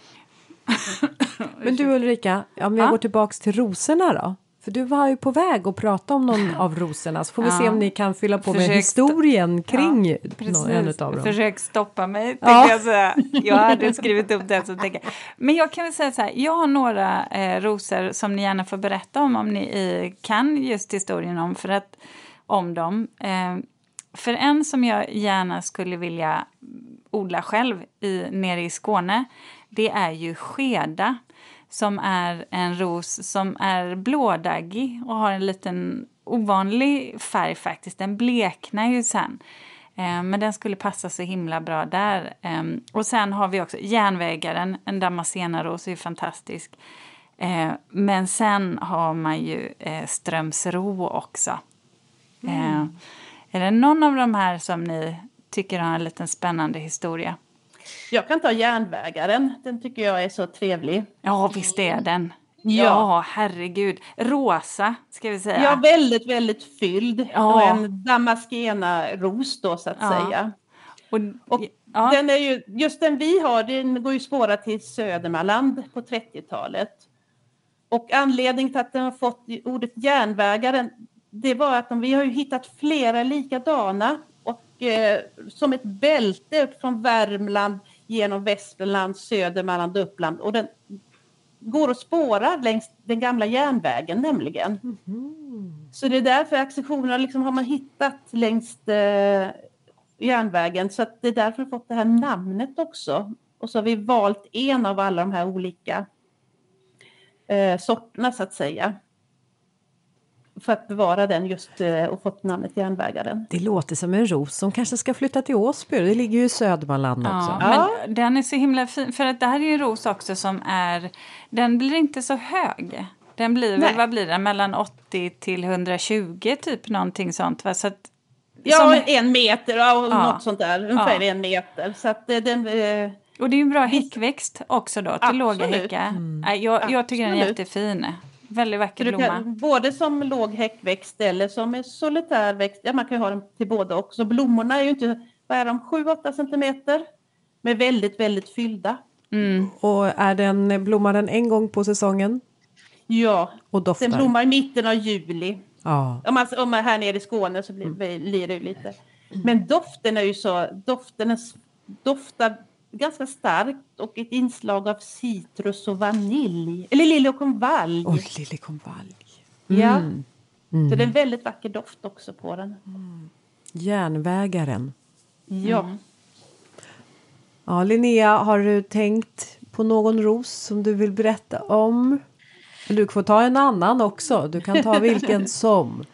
Men du Ulrika, om jag ja? går tillbaka till rosorna då? För du var ju på väg att prata om någon av rosorna. Så får vi ja. se om ni kan fylla på Försök med historien kring ja, någon, en av dem. Försök stoppa mig, ja. jag säga. Jag hade skrivit upp det så tänker jag. Men jag kan väl säga så här. Jag har några eh, rosor som ni gärna får berätta om. Om ni eh, kan just historien om, för att, om dem. Eh, för en som jag gärna skulle vilja odla själv i, nere i Skåne. Det är ju skeda. Som är en ros som är blådaggig och har en liten ovanlig färg faktiskt. Den bleknar ju sen. Eh, men den skulle passa så himla bra där. Eh, och sen har vi också järnvägaren, en damascenaros, är fantastisk. Eh, men sen har man ju eh, Strömsro också. Mm. Eh, är det någon av de här som ni tycker har en liten spännande historia? Jag kan ta järnvägaren. Den tycker jag är så trevlig. Ja, visst är den. Ja, ja herregud. Rosa, ska vi säga. Ja, väldigt, väldigt fylld. Ja. Och en damaskena-ros då, så att ja. säga. Och, och ja. den är ju, just den vi har, den går ju spåra till Södermanland på trettiotalet. Och anledningen till att den har fått ordet järnvägaren, det var att de, vi har ju hittat flera likadana. Och eh, som ett bälte upp från Värmland genom Västmanland, Södermanland och Uppland. Och den går att spåra längs den gamla järnvägen nämligen. Mm-hmm. Så det är därför accessionerna liksom har man hittat längs eh, järnvägen, så att det är därför vi fått det här namnet också. Och så har vi valt en av alla de här olika eh, sorterna så att säga. För att bevara den just eh, och fått namnet järnvägaren. Det låter som en ros som kanske ska flytta till Åsby. Det ligger ju i Södermanland Ja, också. men Ja. den är så himla fin. För att det här är ju en ros också som är... Den blir inte så hög. Den blir väl, Nej. vad blir den? Mellan åttio till hundratjugo typ, någonting sånt. Va? Så att, Ja, som, en meter ja, och Ja. något sånt där. Ungefär Ja. en meter. Så att eh, den... Eh, och det är ju en bra häckväxt också då, till Absolut. låga häckar. Nej, jag, jag tycker den är Absolut. jättefin. Väldigt vacker Så du blomma. kan, både som låg häckväxt eller som en solitär växt. Ja, man kan ju ha dem till båda också. Blommorna är ju inte, vad är de, sju åtta centimeter. Men väldigt, väldigt fyllda. Mm. Och är den, blommar den en gång på säsongen? Ja, Och doftar? den blommar i mitten av juli. Ja. Om man, om man här nere i Skåne så blir, blir det ju lite. Men doften är ju så, doften är, doftar ganska starkt och ett inslag av citrus och vanilj. Eller liljekonvalj. Oj, liljekonvalj. Ja. Mm. Så det är en väldigt vacker doft också på den. Järnvägaren. Ja. Ja, Linnea, har du tänkt på någon ros som du vill berätta om? Du får ta en annan också. Du kan ta vilken som.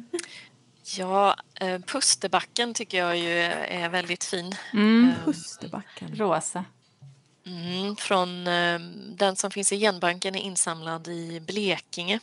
Ja, eh, Pusterbacken tycker jag ju är väldigt fin. Mm. Eh, Pusterbacken. Rosa. Mm, från eh, den som finns i genbanken är insamlad i Blekinge.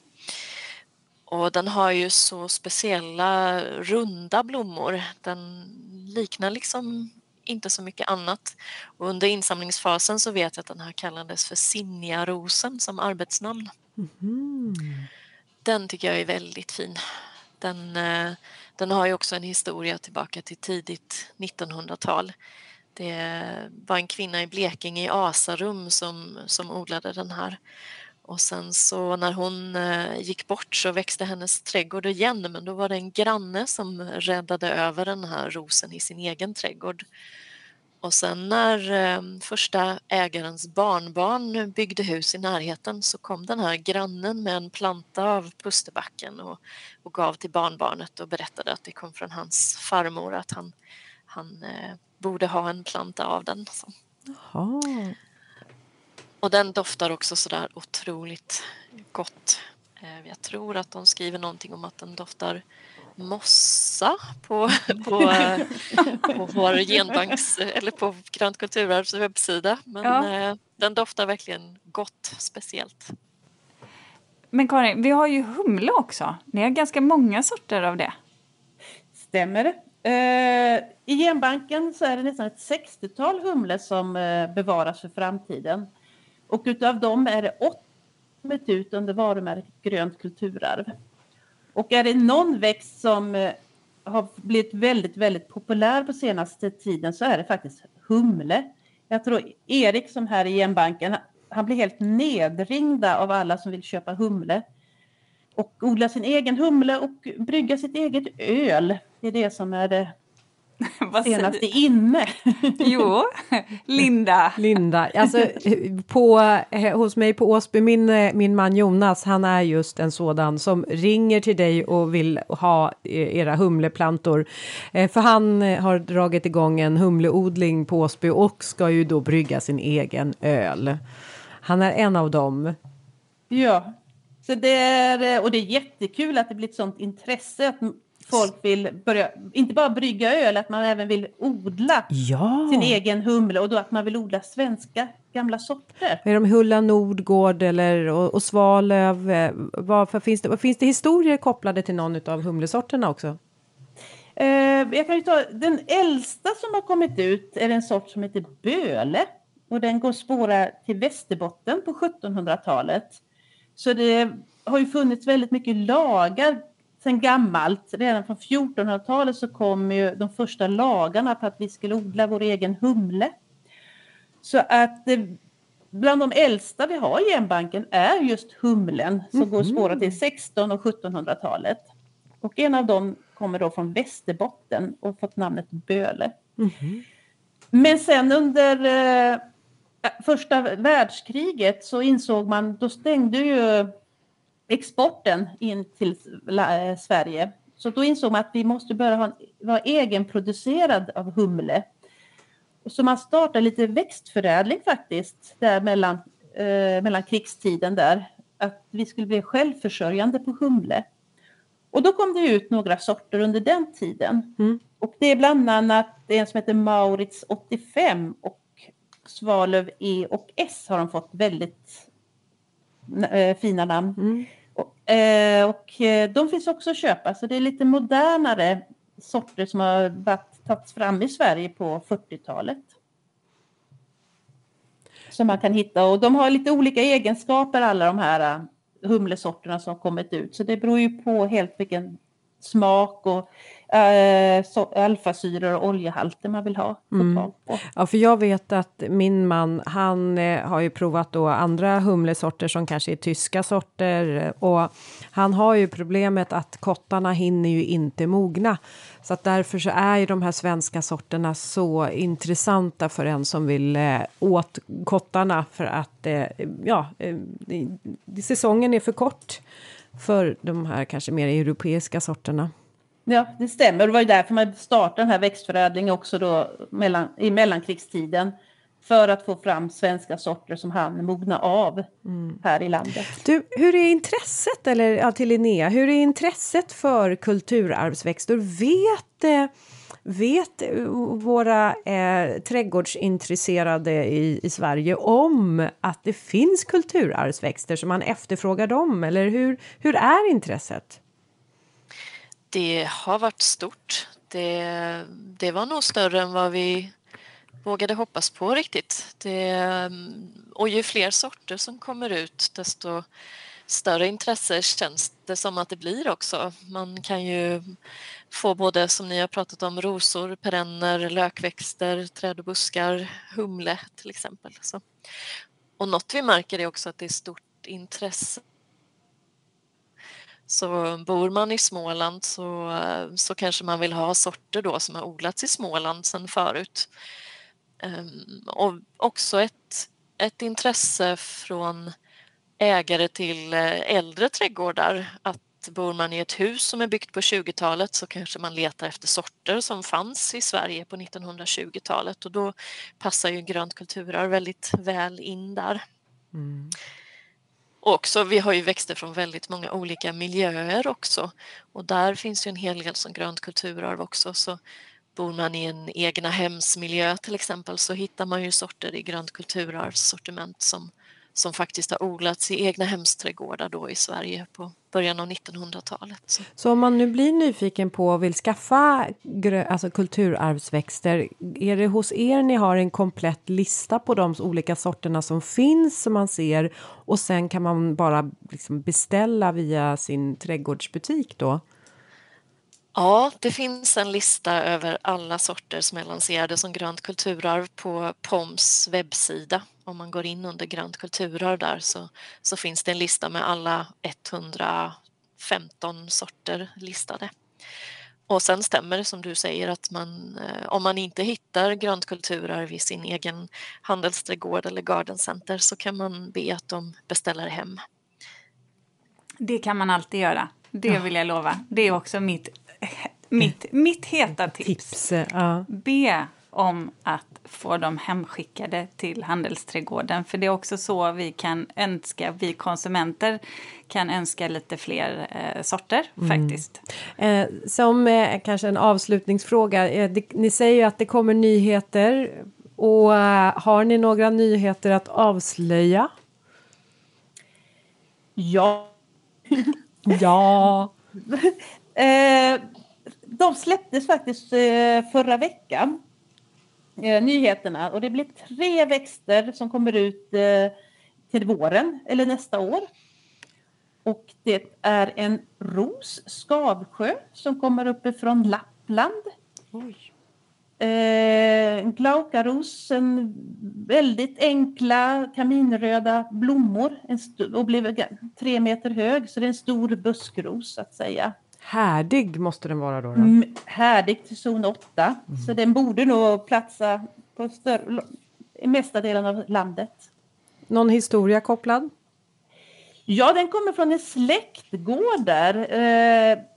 Och den har ju så speciella runda blommor. Den liknar liksom inte så mycket annat. Och under insamlingsfasen så vet jag att den här kallades för Sinja-rosen som arbetsnamn. Mm. Den tycker jag är väldigt fin. Den, eh, den har ju också en historia tillbaka till tidigt nittonhundratal. Det var en kvinna i Blekinge i Asarum som, som odlade den här. Och sen så när hon eh, gick bort så växte hennes trädgård igen, men då var det en granne som räddade över den här rosen i sin egen trädgård. Och sen när eh, första ägarens barnbarn byggde hus i närheten så kom den här grannen med en planta av pusterbacken och, och gav till barnbarnet och berättade att det kom från hans farmor, att han, han eh, borde ha en planta av den. Så. Jaha. Och den doftar också sådär otroligt gott. Eh, jag tror att de skriver någonting om att den doftar mossa på, på, eh, på vår genbanks eller på Grönt kulturarvs webbsida. Men Ja. eh, den doftar verkligen gott, speciellt. Men Karin, vi har ju humle också. Ni har ganska många sorter av det. Stämmer det? Eh, I genbanken så är det nästan ett sextiotal humle som eh, bevaras för framtiden. Och utav dem är det åtta som är ut under varumärket Grönt kulturarv. Och är det någon växt som eh, har blivit väldigt, väldigt populär på senaste tiden så är det faktiskt humle. Jag tror Erik som här i genbanken, han blir helt nedringda av alla som vill köpa humle. Och odla sin egen humle och brygga sitt eget öl. Det är det som är det Vad säger senaste du? inne. Jo, Linda. Linda, alltså på, eh, hos mig på Åsby, min, eh, min man Jonas, han är just en sådan som ringer till dig och vill ha eh, era humleplantor. Eh, för han eh, har dragit igång en humleodling på Åsby och ska ju då brygga sin egen öl. Han är en av dem. Ja, så det är, och det är jättekul att det blir ett sånt intresse att folk vill börja, inte bara brygga öl, att man även vill odla Ja. sin egen humle och då att man vill odla svenska gamla sorter. Är de Hulla Nordgård eller och, och Svalöv? Eh, varför finns det, finns det historier kopplade till någon av humlesorterna också? Eh, jag kan ju ta, den äldsta som har kommit ut är en sort som heter Böle och den går spåra till Västerbotten på sjuttonhundratalet. Så det har ju funnits väldigt mycket lagar sedan gammalt. Redan från fjortonhundratalet så kom ju de första lagarna på att vi skulle odla vår egen humle. Så att eh, bland de äldsta vi har i genbanken är just humlen som mm-hmm. går spåra till sexton- och sjuttonhundratalet. Och en av dem kommer då från Västerbotten och fått namnet Böle. Mm-hmm. Men sen under eh, första världskriget så insåg man, då stängde ju exporten in till Sverige. Så då insåg man att vi måste börja ha, vara egenproducerad av humle. Så man startade lite växtförädling faktiskt där mellan, eh, mellan krigstiden där. Att vi skulle bli självförsörjande på humle. Och då kom det ut några sorter under den tiden. Mm. Och det är bland annat en som heter Maurits åttiofem och Svalöv E och S har de fått väldigt äh, fina namn. Mm. Och, äh, och de finns också att köpa. Så det är lite modernare sorter som har tagits fram i Sverige på fyrtiotalet. Som man kan hitta. Och de har lite olika egenskaper alla de här äh, humlesorterna som kommit ut. Så det beror ju på helt vilken smak och äh, so- alfasyror och oljehalter man vill ha. Mm. Ja, för jag vet att min man, han eh, har ju provat då andra humlesorter som kanske är tyska sorter, och han har ju problemet att kottarna hinner ju inte mogna. Så att därför så är ju de här svenska sorterna så intressanta för en som vill eh, åt kottarna, för att eh, ja, eh, säsongen är för kort för de här kanske mer europeiska sorterna. Ja, det stämmer. Det var ju därför man startade den här växtförädlingen också då mellan, i mellankrigstiden. För att få fram svenska sorter som han mogna av mm. här i landet. Du, hur är intresset, eller ja, till Linnea, hur är intresset för kulturarvsväxter? Vet, eh, vet våra eh, trädgårdsintresserade i, i Sverige om att det finns kulturarvsväxter som man efterfrågar dem? Eller hur, hur är intresset? Det har varit stort. Det, det var nog större än vad vi vågade hoppas på riktigt. Det, och ju fler sorter som kommer ut, desto större intresse känns det som att det blir också. Man kan ju få både, som ni har pratat om, rosor, perenner, lökväxter, träd och buskar, humle till exempel. Så. Och något vi märker är också att det är stort intresse. Så bor man i Småland så, så kanske man vill ha sorter då som har odlats i Småland sedan förut. Um, och också ett, ett intresse från ägare till äldre trädgårdar. Att bor man i ett hus som är byggt på tjugotalet så kanske man letar efter sorter som fanns i Sverige på nittonhundratjugotalet. Och då passar ju grönt kulturarv väldigt väl in där. Mm. Och också, vi har ju växter från väldigt många olika miljöer också. Och där finns ju en hel del som grönt kulturarv också. Så bor man i en egna hemsmiljö till exempel så hittar man ju sorter i grönt kulturarvssortiment som, som faktiskt har odlats i egna hemsträdgårdar då i Sverige på början av nittonhundratalet. Så, så om man nu blir nyfiken på och vill skaffa grö- alltså kulturarvsväxter, är det hos er ni har en komplett lista på de olika sorterna som finns som man ser, och sen kan man bara liksom beställa via sin trädgårdsbutik då? Ja, det finns en lista över alla sorter som är lanserade som grönt kulturarv på P O M:s webbsida. Om man går in under grönt kulturarv där så, så finns det en lista med alla etthundrafemton sorter listade. Och sen stämmer det som du säger att man, om man inte hittar grönt kulturarv i sin egen handelsträdgård eller garden center så kan man be att de beställer hem. Det kan man alltid göra. Det vill jag lova. Det är också mitt, mitt, mitt heta tips. tips ja. Be om att få dem hemskickade till handelsträdgården. För det är också så vi kan önska, vi konsumenter kan önska lite fler eh, sorter mm. faktiskt. Eh, som eh, kanske en avslutningsfråga. Eh, det, ni säger ju att det kommer nyheter. Och eh, har ni några nyheter att avslöja? Ja. Ja. eh, de släpptes faktiskt eh, förra veckan. Eh, nyheterna. Och det blir tre växter som kommer ut eh, till våren eller nästa år. Och det är en ros, skavsjö, som kommer uppifrån Lappland. Oj. Eh, en glaukaros, en väldigt enkla kaminröda blommor en st- och blev tre meter hög, så det är en stor buskros så att säga. Härdig måste den vara då? då? Mm, härdig till zon åtta, mm. så den borde nog platsa på större, i mesta delen av landet. Någon historia kopplad? Ja, den kommer från en släktgård där. Eh,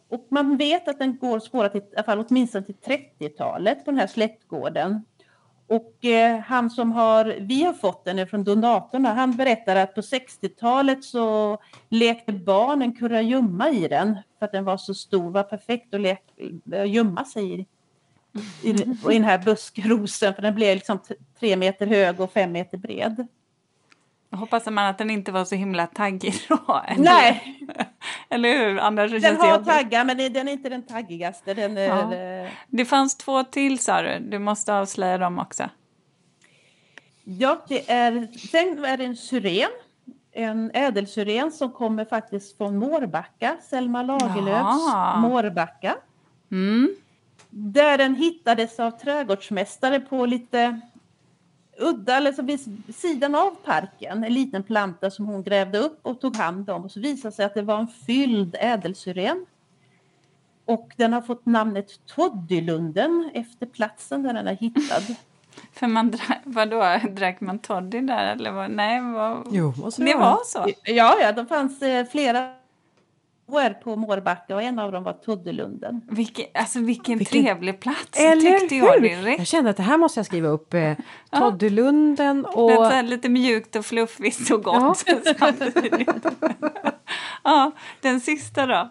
Och man vet att den går spåra till, i alla fall åtminstone till trettiotalet på den här släktgården. Och eh, han som har, vi har fått den från donatorn, han berättar att på sextiotalet så lekte barn en kurragömma i den. För att den var så stor, var perfekt att leka, gömma sig i. I, i den här buskrosen, för den blev liksom t- tre meter hög och fem meter bred. Jag hoppas man att den inte var så himla taggig då. Eller, Nej. Eller hur? Annars Den känns har jobbigt. taggar, men den är inte den taggigaste. Den är, Ja. Det fanns två till, sa du. Du måste avslöja dem också. Ja, det är, sen är det en syren. En ädelsyren som kommer faktiskt från Mårbacka. Selma Lagerlöfs Jaha. Mårbacka. Mm. Där den hittades av trädgårdsmästare på lite udda, eller så vid sidan av parken. En liten planta som hon grävde upp och tog hand om. Och så visade sig att det var en fylld ädelsyren. Och den har fått namnet Toddylunden efter platsen där den är hittad. För man drack, vadå, drack man toddy där? Eller vad? Nej, vad, Jo, måste det det var vara. så. Ja, ja, det fanns eh, flera år på Mårbacka och en av dem var Toddylunden. Vilken, alltså vilken, Vilken- trevlig plats, Eller tyckte jag hur? direkt. Jag kände att det här måste jag skriva upp. Eh, Toddylunden och... Men så här lite mjukt och fluffigt och gott samtidigt. Ja, den sista då.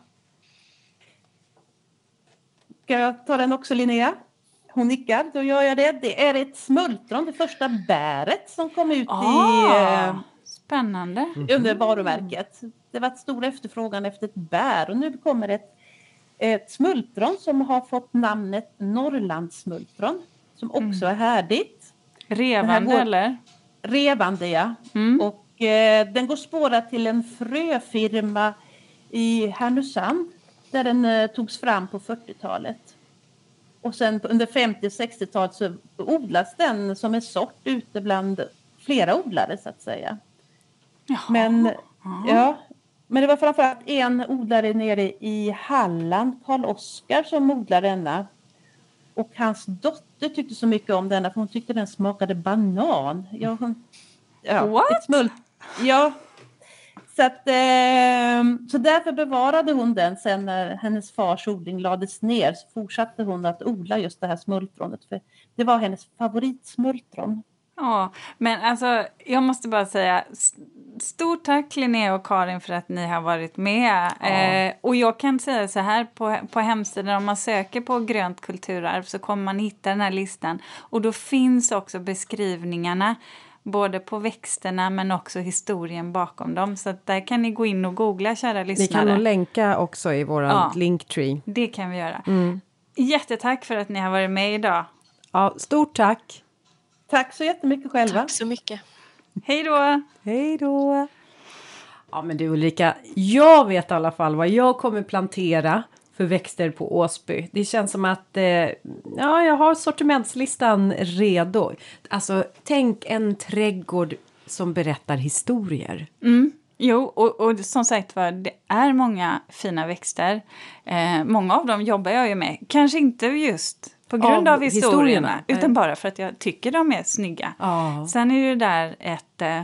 Ska jag ta den också, Linnea? Hon nickar, då gör jag det. Det är ett smultron, det första bäret som kom ut Ah, i, eh, spännande. under varumärket. Det var ett stor efterfrågan efter ett bär och nu kommer ett, ett smultron som har fått namnet Norrlandssmultron som också är härdigt. Revande går- eller? Revande, ja. Mm. Och eh, den går spåra till en fröfirma i Härnösand där den eh, togs fram på fyrtiotalet. Och sen under femtio- och sextiotalet så odlas den som en sort ute bland flera odlare så att säga. Jaha. Men, ja, men det var framförallt en odlare nere i Halland, Karl Oskar, som odlade denna. Och hans dotter tyckte så mycket om denna för hon tyckte den smakade banan. Ja, hon, ja, What? ett smult. Ja, så, att, eh, så därför bevarade hon den sen när hennes fars odling lades ner. Så fortsatte hon att odla just det här smultronet för det var hennes favoritsmultron. Ja, men alltså jag måste bara säga s- stort tack Linnea och Karin för att ni har varit med. Eh, och jag kan säga så här på, på hemsidan, om man söker på grönt kulturarv så kommer man hitta den här listan. Och då finns också beskrivningarna både på växterna men också historien bakom dem. Så att där kan ni gå in och googla, kära Ni lyssnare. kan nog länka också i våran Ja. linktree. Det kan vi göra. Mm. Jättetack för att ni har varit med idag. Ja, stort tack. Tack så jättemycket själva. Tack så mycket. Hej då! Hej då! Ja, men du Ulrika, jag vet i alla fall vad jag kommer plantera för växter på Åsby. Det känns som att eh, ja, jag har sortimentslistan redo. Alltså, tänk en trädgård som berättar historier. Mm. Jo, och, och som sagt var, det är många fina växter. Eh, många av dem jobbar jag ju med. Kanske inte just på grund Av av, historierna, historierna, utan nej. bara för att jag tycker de är snygga. Ja. Sen är ju det där ett, eh,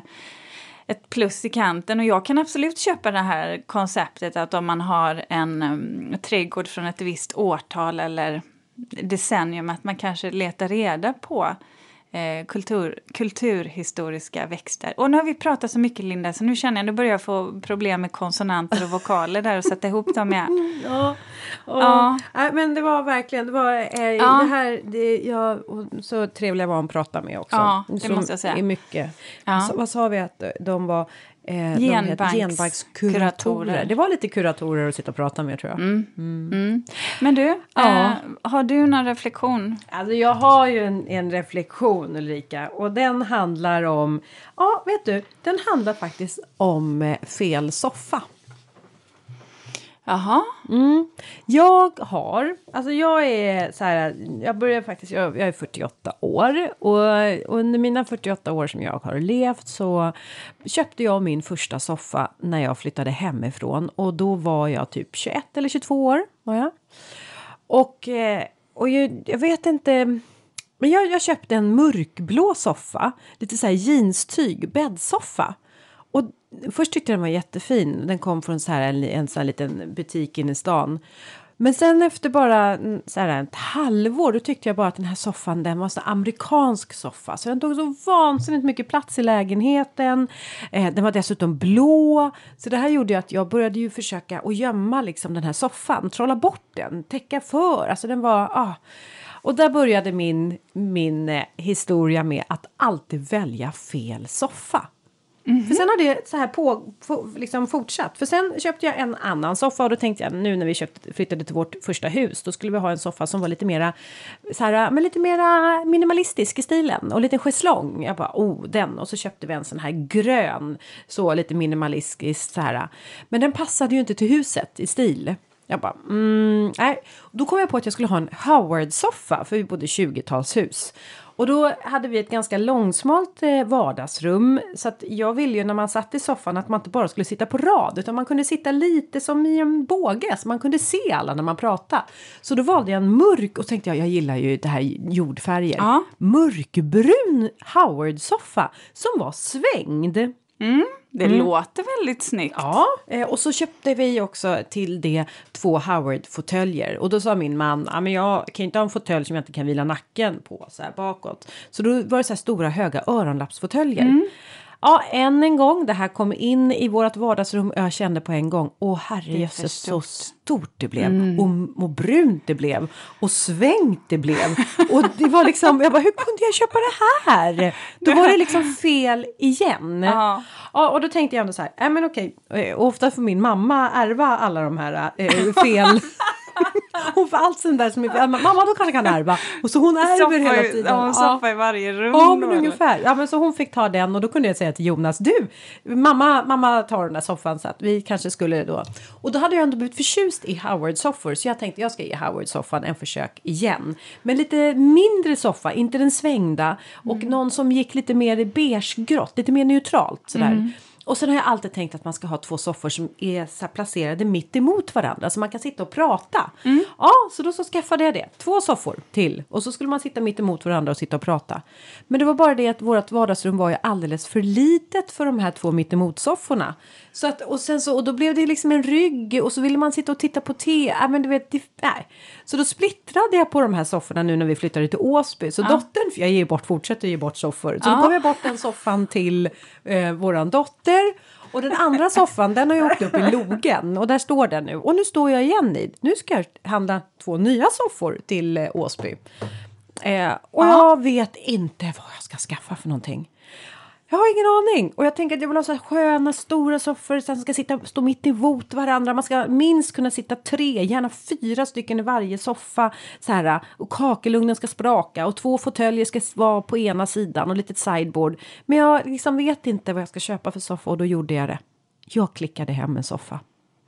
ett plus i kanten. Och jag kan absolut köpa det här konceptet att om man har en um, trädgård från ett visst årtal eller decennium, att man kanske letar reda på Eh, kultur, kulturhistoriska växter. Och nu har vi pratat så mycket, Linda, så nu känner jag att nu börjar jag få problem med konsonanter och vokaler där och sätta ihop dem igen. Ja, och, Ja. Nej, men det var verkligen, det var eh, Ja. det här, det, ja, och så trevliga var hon att prata med också. Ja, det Som måste jag säga. är mycket. Ja. Så, vad sa vi att de var? Eh, de Genbanks- heter genbankskuratorer. kuratorer. Det var lite kuratorer att sitta och prata med, tror jag. Mm. Mm. Men du, Ja. eh, har du någon reflektion? Alltså jag har ju en, en reflektion, Ulrika, och den handlar om, ja vet du, den handlar faktiskt om eh, fel soffa. Jaha. Mm. Jag har, alltså jag är så här, jag börjar faktiskt, jag, jag är fyrtioåtta år och under mina fyrtioåtta år som jag har levt så köpte jag min första soffa när jag flyttade hemifrån och då var jag typ tjugoett eller tjugotvå år var jag. Och, eh, och jag, jag vet inte, men jag, jag köpte en mörkblå soffa, lite så här jeanstyg, bäddsoffa. Och först tyckte jag den var jättefin. Den kom från så här en, en sån här liten butik inne i stan. Men sen efter bara så här, ett halvår, då tyckte jag bara att den här soffan, den var så amerikansk soffa. Så den tog så vansinnigt mycket plats i lägenheten. Eh, den var dessutom blå. Så det här gjorde ju att jag började ju försöka att gömma liksom den här soffan. Trolla bort den, täcka för. Alltså den var... Ah. Och där började min, min eh, historia med att alltid välja fel soffa. Mm-hmm. För sen har det så här på, på, liksom fortsatt. För sen köpte jag en annan soffa och då tänkte jag nu när vi köpte, flyttade till vårt första hus, då skulle vi ha en soffa som var lite mera så här, men lite mera minimalistisk i stilen och lite schäslong. Jag bara, oh den. Och så köpte vi en sån här grön, så lite minimalistisk så här. Men den passade ju inte till huset i stil. Jag bara, mm, nej. Då kom jag på att jag skulle ha en Howard-soffa, för vi bodde i tjugotalshus. Och då hade vi ett ganska långsmalt eh, vardagsrum. Så att jag ville ju när man satt i soffan att man inte bara skulle sitta på rad. Utan man kunde sitta lite som i en båge. Så man kunde se alla när man pratade. Så då valde jag en mörk. Och tänkte jag, jag gillar ju det här jordfärger. Ja. Mörkbrun Howard-soffa som var svängd. Mm, det mm. låter väldigt snyggt. Ja, eh, och så köpte vi också till det två Howard-fåtöljer. Och då sa min man, ja men jag kan inte ha en fåtölj som jag inte kan vila nacken på så här bakåt. Så då var det så här stora höga öronlappsfåtöljer. Mm. Ja, än en gång, det här kom in i vårt vardagsrum och jag kände på en gång, åh herrejösses så stort det blev mm. och, och brunt det blev och svängt det blev och det var liksom, jag bara, hur kunde jag köpa det här? Då var det liksom fel igen. Ja. Ja, och då tänkte jag ändå så här, nej men okej, och ofta får min mamma ärva alla de här äh, fel... Hon får allt sånt där som är... Mamma då kanske kan ärva. Och så hon ärver hela tiden. Ja, hon soffar ja. i varje rum. Ja, men ungefär. Ja, men så hon fick ta den. Och då kunde jag säga till Jonas, du, mamma, mamma tar den där soffan så att vi kanske skulle då... Och då hade jag ändå blivit förtjust i Howard-soffor. Så jag tänkte, jag ska ge Howard-soffan en försök igen. Men lite mindre soffa, inte den svängda. Och mm. någon som gick lite mer i beigegrått, lite mer neutralt sådär. Mm. Och sen har jag alltid tänkt att man ska ha två soffor som är så här placerade mitt emot varandra. Så man kan sitta och prata. Mm. Ja, så då så skaffade jag det. Två soffor till. Och så skulle man sitta mitt emot varandra och sitta och prata. Men det var bara det att vårt vardagsrum var ju alldeles för litet för de här två mitt emot sofforna. Så att, och sen så, och då blev det liksom en rygg. Och så ville man sitta och titta på te. Ja, men du vet, det, nej. Så då splittrade jag på de här sofforna nu när vi flyttade till Åsby. Så ja. dottern, för jag ger bort, fortsätter ge bort soffor. Så ja. då gav jag bort den soffan till eh, våran dotter. Och den andra soffan, den har jag åkt upp i logen. Och där står den nu. Och nu står jag igen i. Nu ska jag handla två nya soffor till eh, Åsby. Eh, och ja. jag vet inte vad jag ska skaffa för någonting. Jag har ingen aning. Och jag tänker att jag vill ha så här sköna, stora soffor. Sen ska sitta, stå mitt emot varandra. Man ska minst kunna sitta tre, gärna fyra stycken i varje soffa. Så här, och kakelugnen ska spraka. Och två fåtöljer ska vara på ena sidan. Och lite sideboard. Men jag liksom vet inte vad jag ska köpa för soffa. Och då gjorde jag det. Jag klickade hem en soffa.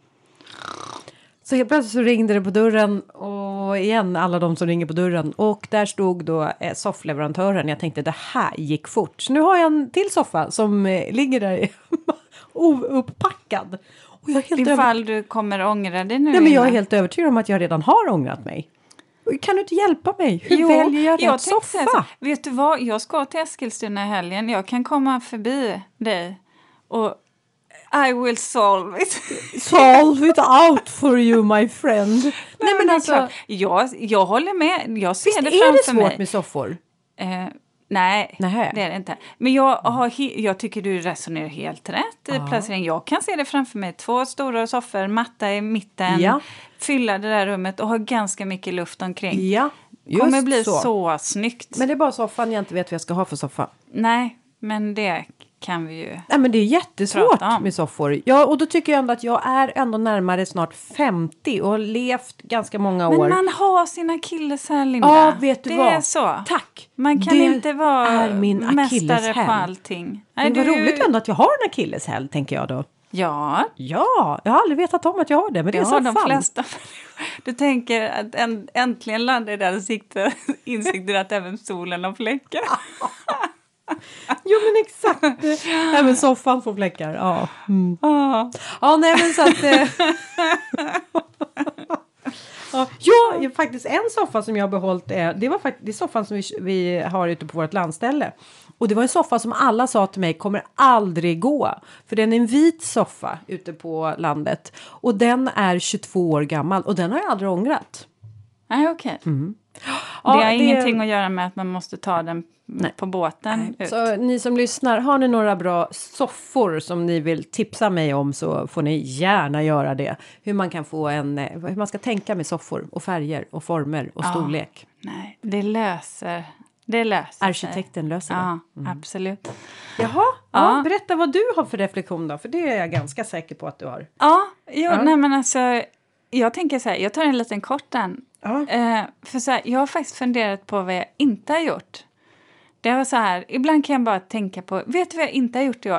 Så helt plötsligt så ringde det på dörren och igen alla de som ringer på dörren. Och där stod då eh, soffleverantören. Jag tänkte det här gick fort. Så nu har jag en till soffa som eh, ligger där ouppackad. Och jag är helt Ifall över... du kommer ångra dig nu. Nej, men jag är helt övertygad om att jag redan har ångrat mig. Kan du inte hjälpa mig? Hur jo, väljer jag rätt jag soffa? Så, vet du vad? Jag ska till Eskilstuna i helgen. Jag kan komma förbi dig och... I will solve it. Solve it out for you, my friend. Nej, Nej men alltså, jag, jag håller med. Jag ser visst det framför mig. Är det svårt mig. med soffor? Eh, nej, Nähe. det är det inte. Men jag, har he- jag tycker du resonerar helt rätt i placering. Jag kan se det framför mig. Två stora soffor, matta i mitten. Ja. Fylla det där rummet och ha ganska mycket luft omkring. Ja, just kommer bli så. så snyggt. Men det är bara soffan jag inte vet vad jag ska ha för soffa. Nej, men det... kan vi ju. Nej, men det är jättesvårt med soffor. Ja, och då tycker jag ändå att jag är ändå närmare snart femtio och har levt ganska många år. Men man har sina akilleshäl, Linda. Ja, vet du det vad? är så. Tack. Man kan det inte vara är min mästare på allting. Nej, men det var du... roligt ändå att jag har en akilleshäl, tänker jag då. Ja. Ja, jag har aldrig vetat om att jag har det, men det, det är så de flesta. Du tänker att en, äntligen landar där siktar insikter att även solen har fläckar. Jo, men exakt. Även soffan får fläckar. Ja, mm. ah. ja nej men så att... Ja, ja, faktiskt en soffa som jag har behållit är, det var faktiskt det är soffan som vi, vi har ute på vårt landställe. Och det var en soffa som alla sa till mig kommer aldrig gå. För den är en vit soffa ute på landet. Och den är tjugotvå år gammal och den har jag aldrig ångrat. Nej, okej. Okay. Mm. Det har ja, ingenting det... att göra med att man måste ta den Nej. på båten ut. Så ni som lyssnar, har ni några bra soffor som ni vill tipsa mig om så får ni gärna göra det. Hur man kan få en, hur man ska tänka med soffor och färger och former och storlek. Ja, nej, det löser, det löser Arkitekten sig. löser det. Ja, mm. absolut. Jaha, ja. Ja, berätta vad du har för reflektion då, för det är jag ganska säker på att du har. Ja, jo, ja. nej men alltså, jag tänker så här, jag tar en liten kort den. Ja. Eh, för så här, jag har faktiskt funderat på vad jag inte har gjort. Det var så här, ibland kan jag bara tänka på, vet du vad jag inte har gjort i år?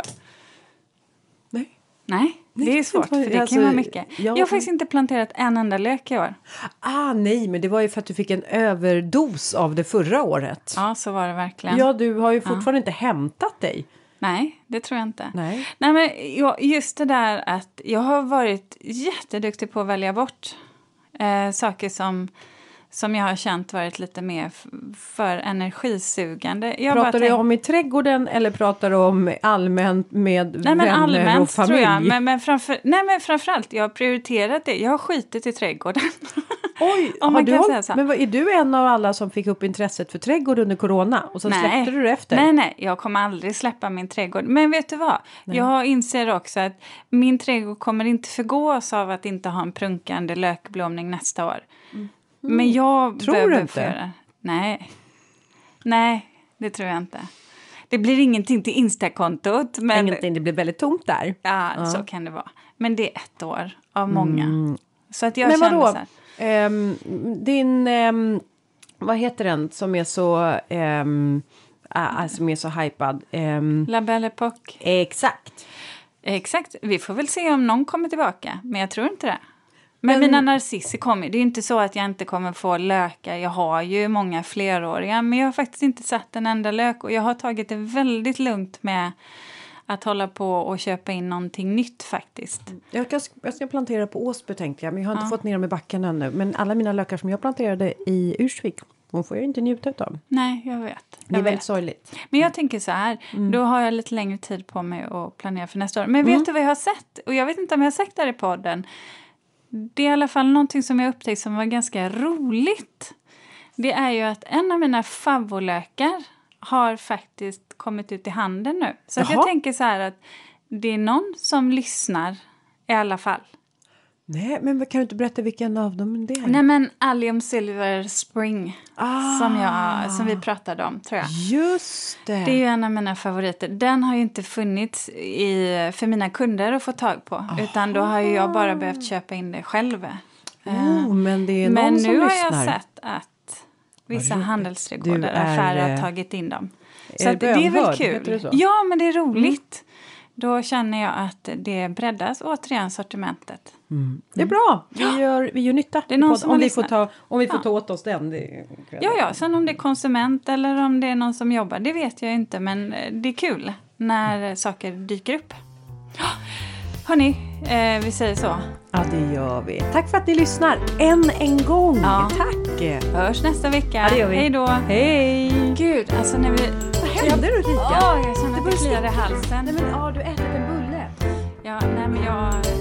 Nej. Nej, det är svårt, för det alltså, kan vara mycket. Jag, jag har faktiskt inte planterat en enda lök i år. Ah, nej, men det var ju för att du fick en överdos av det förra året. Ja, så var det verkligen. Ja, du har ju fortfarande ja. inte hämtat dig. Nej, det tror jag inte. Nej, Nej men jag, just det där att jag har varit jätteduktig på att välja bort eh, saker som... som jag har känt varit lite mer f- för energisugande. Jag pratar du tänk... om i trädgården eller pratar du om allmänt med nej, men vänner allmänt, och familj? Tror jag. Men, men, framför... nej, men framförallt, jag har prioriterat det. Jag har skitit i trädgården. Oj, om har man du kan håll... säga så. Men vad, är du en av alla som fick upp intresset för trädgård under corona? Och så nej. släppte du det efter? Nej, nej, jag kommer aldrig släppa min trädgård. Men vet du vad? Nej. Jag inser också att min trädgård kommer inte förgås av att inte ha en prunkande lökblomning nästa år. Mm. Mm. Men jag tror du inte? Föra. Nej. Nej, det tror jag inte. Det blir ingenting till Insta-kontot. Men... Ingenting, det blir väldigt tomt där. Ja, ja, så kan det vara. Men det är ett år av många. Mm. Så att jag men känner vadå? så här. Um, din, um, vad heter den som är så, um, uh, som är så hypad? Um, La Belle Époque. Exakt. Exakt. Vi får väl se om någon kommer tillbaka. Men jag tror inte det. Men, men mina narcisser kommer. Det är ju inte så att jag inte kommer få lökar. Jag har ju många fleråriga. Men jag har faktiskt inte satt en enda lök. Och jag har tagit det väldigt lugnt med att hålla på och köpa in någonting nytt faktiskt. Jag ska, jag ska plantera på Åsby tänkte jag. Men jag har inte ja. fått ner dem i backen ännu. Men alla mina lökar som jag planterade i Ursvik. De får jag inte njuta av. Nej, jag vet. Jag det är vet. väldigt sorgligt. Men jag tänker så här. Mm. Då har jag lite längre tid på mig att planera för nästa år. Men mm. vet du vad jag har sett? Och jag vet inte om jag har sagt det här i podden. Det är i alla fall någonting som jag upptäckte som var ganska roligt. Det är ju att en av mina favoritlökar har faktiskt kommit ut i handeln nu. Så att jag tänker så här att det är någon som lyssnar i alla fall. Nej, men kan du inte berätta vilken av dem det är? Nej, men Allium Silver Spring ah. som, jag, som vi pratade om, tror jag. Just det. Det är ju en av mina favoriter. Den har ju inte funnits i, för mina kunder att få tag på. Aha. Utan då har ju jag bara behövt köpa in det själv. Oh, men det är någon men som nu lyssnar. har jag sett att vissa handelsträdgårdar är, affärer har tagit in dem. Så är att det är väl kul. Ja, men det är roligt. Mm. Då känner jag att det breddas återigen sortimentet. Mm. Det är bra. Vi gör, vi gör nytta. Det är någon som om, vi får ta, om vi får ja. ta åt oss den. Det, ja, ja. Sen om det är konsument eller om det är någon som jobbar. Det vet jag inte. Men det är kul när mm. saker dyker upp. Hörrni, eh, vi säger så. Ja, det gör vi. Tack för att ni lyssnar. Än en gång. Ja. Tack. Hörs nästa vecka. Ja, det gör vi. Hej då. Hej. Gud, alltså när vi... Vad hände då, Rika? Åh, jag känner att det kliar i halsen. Nej, men ja, du ätit en bulle. Ja, nej men jag...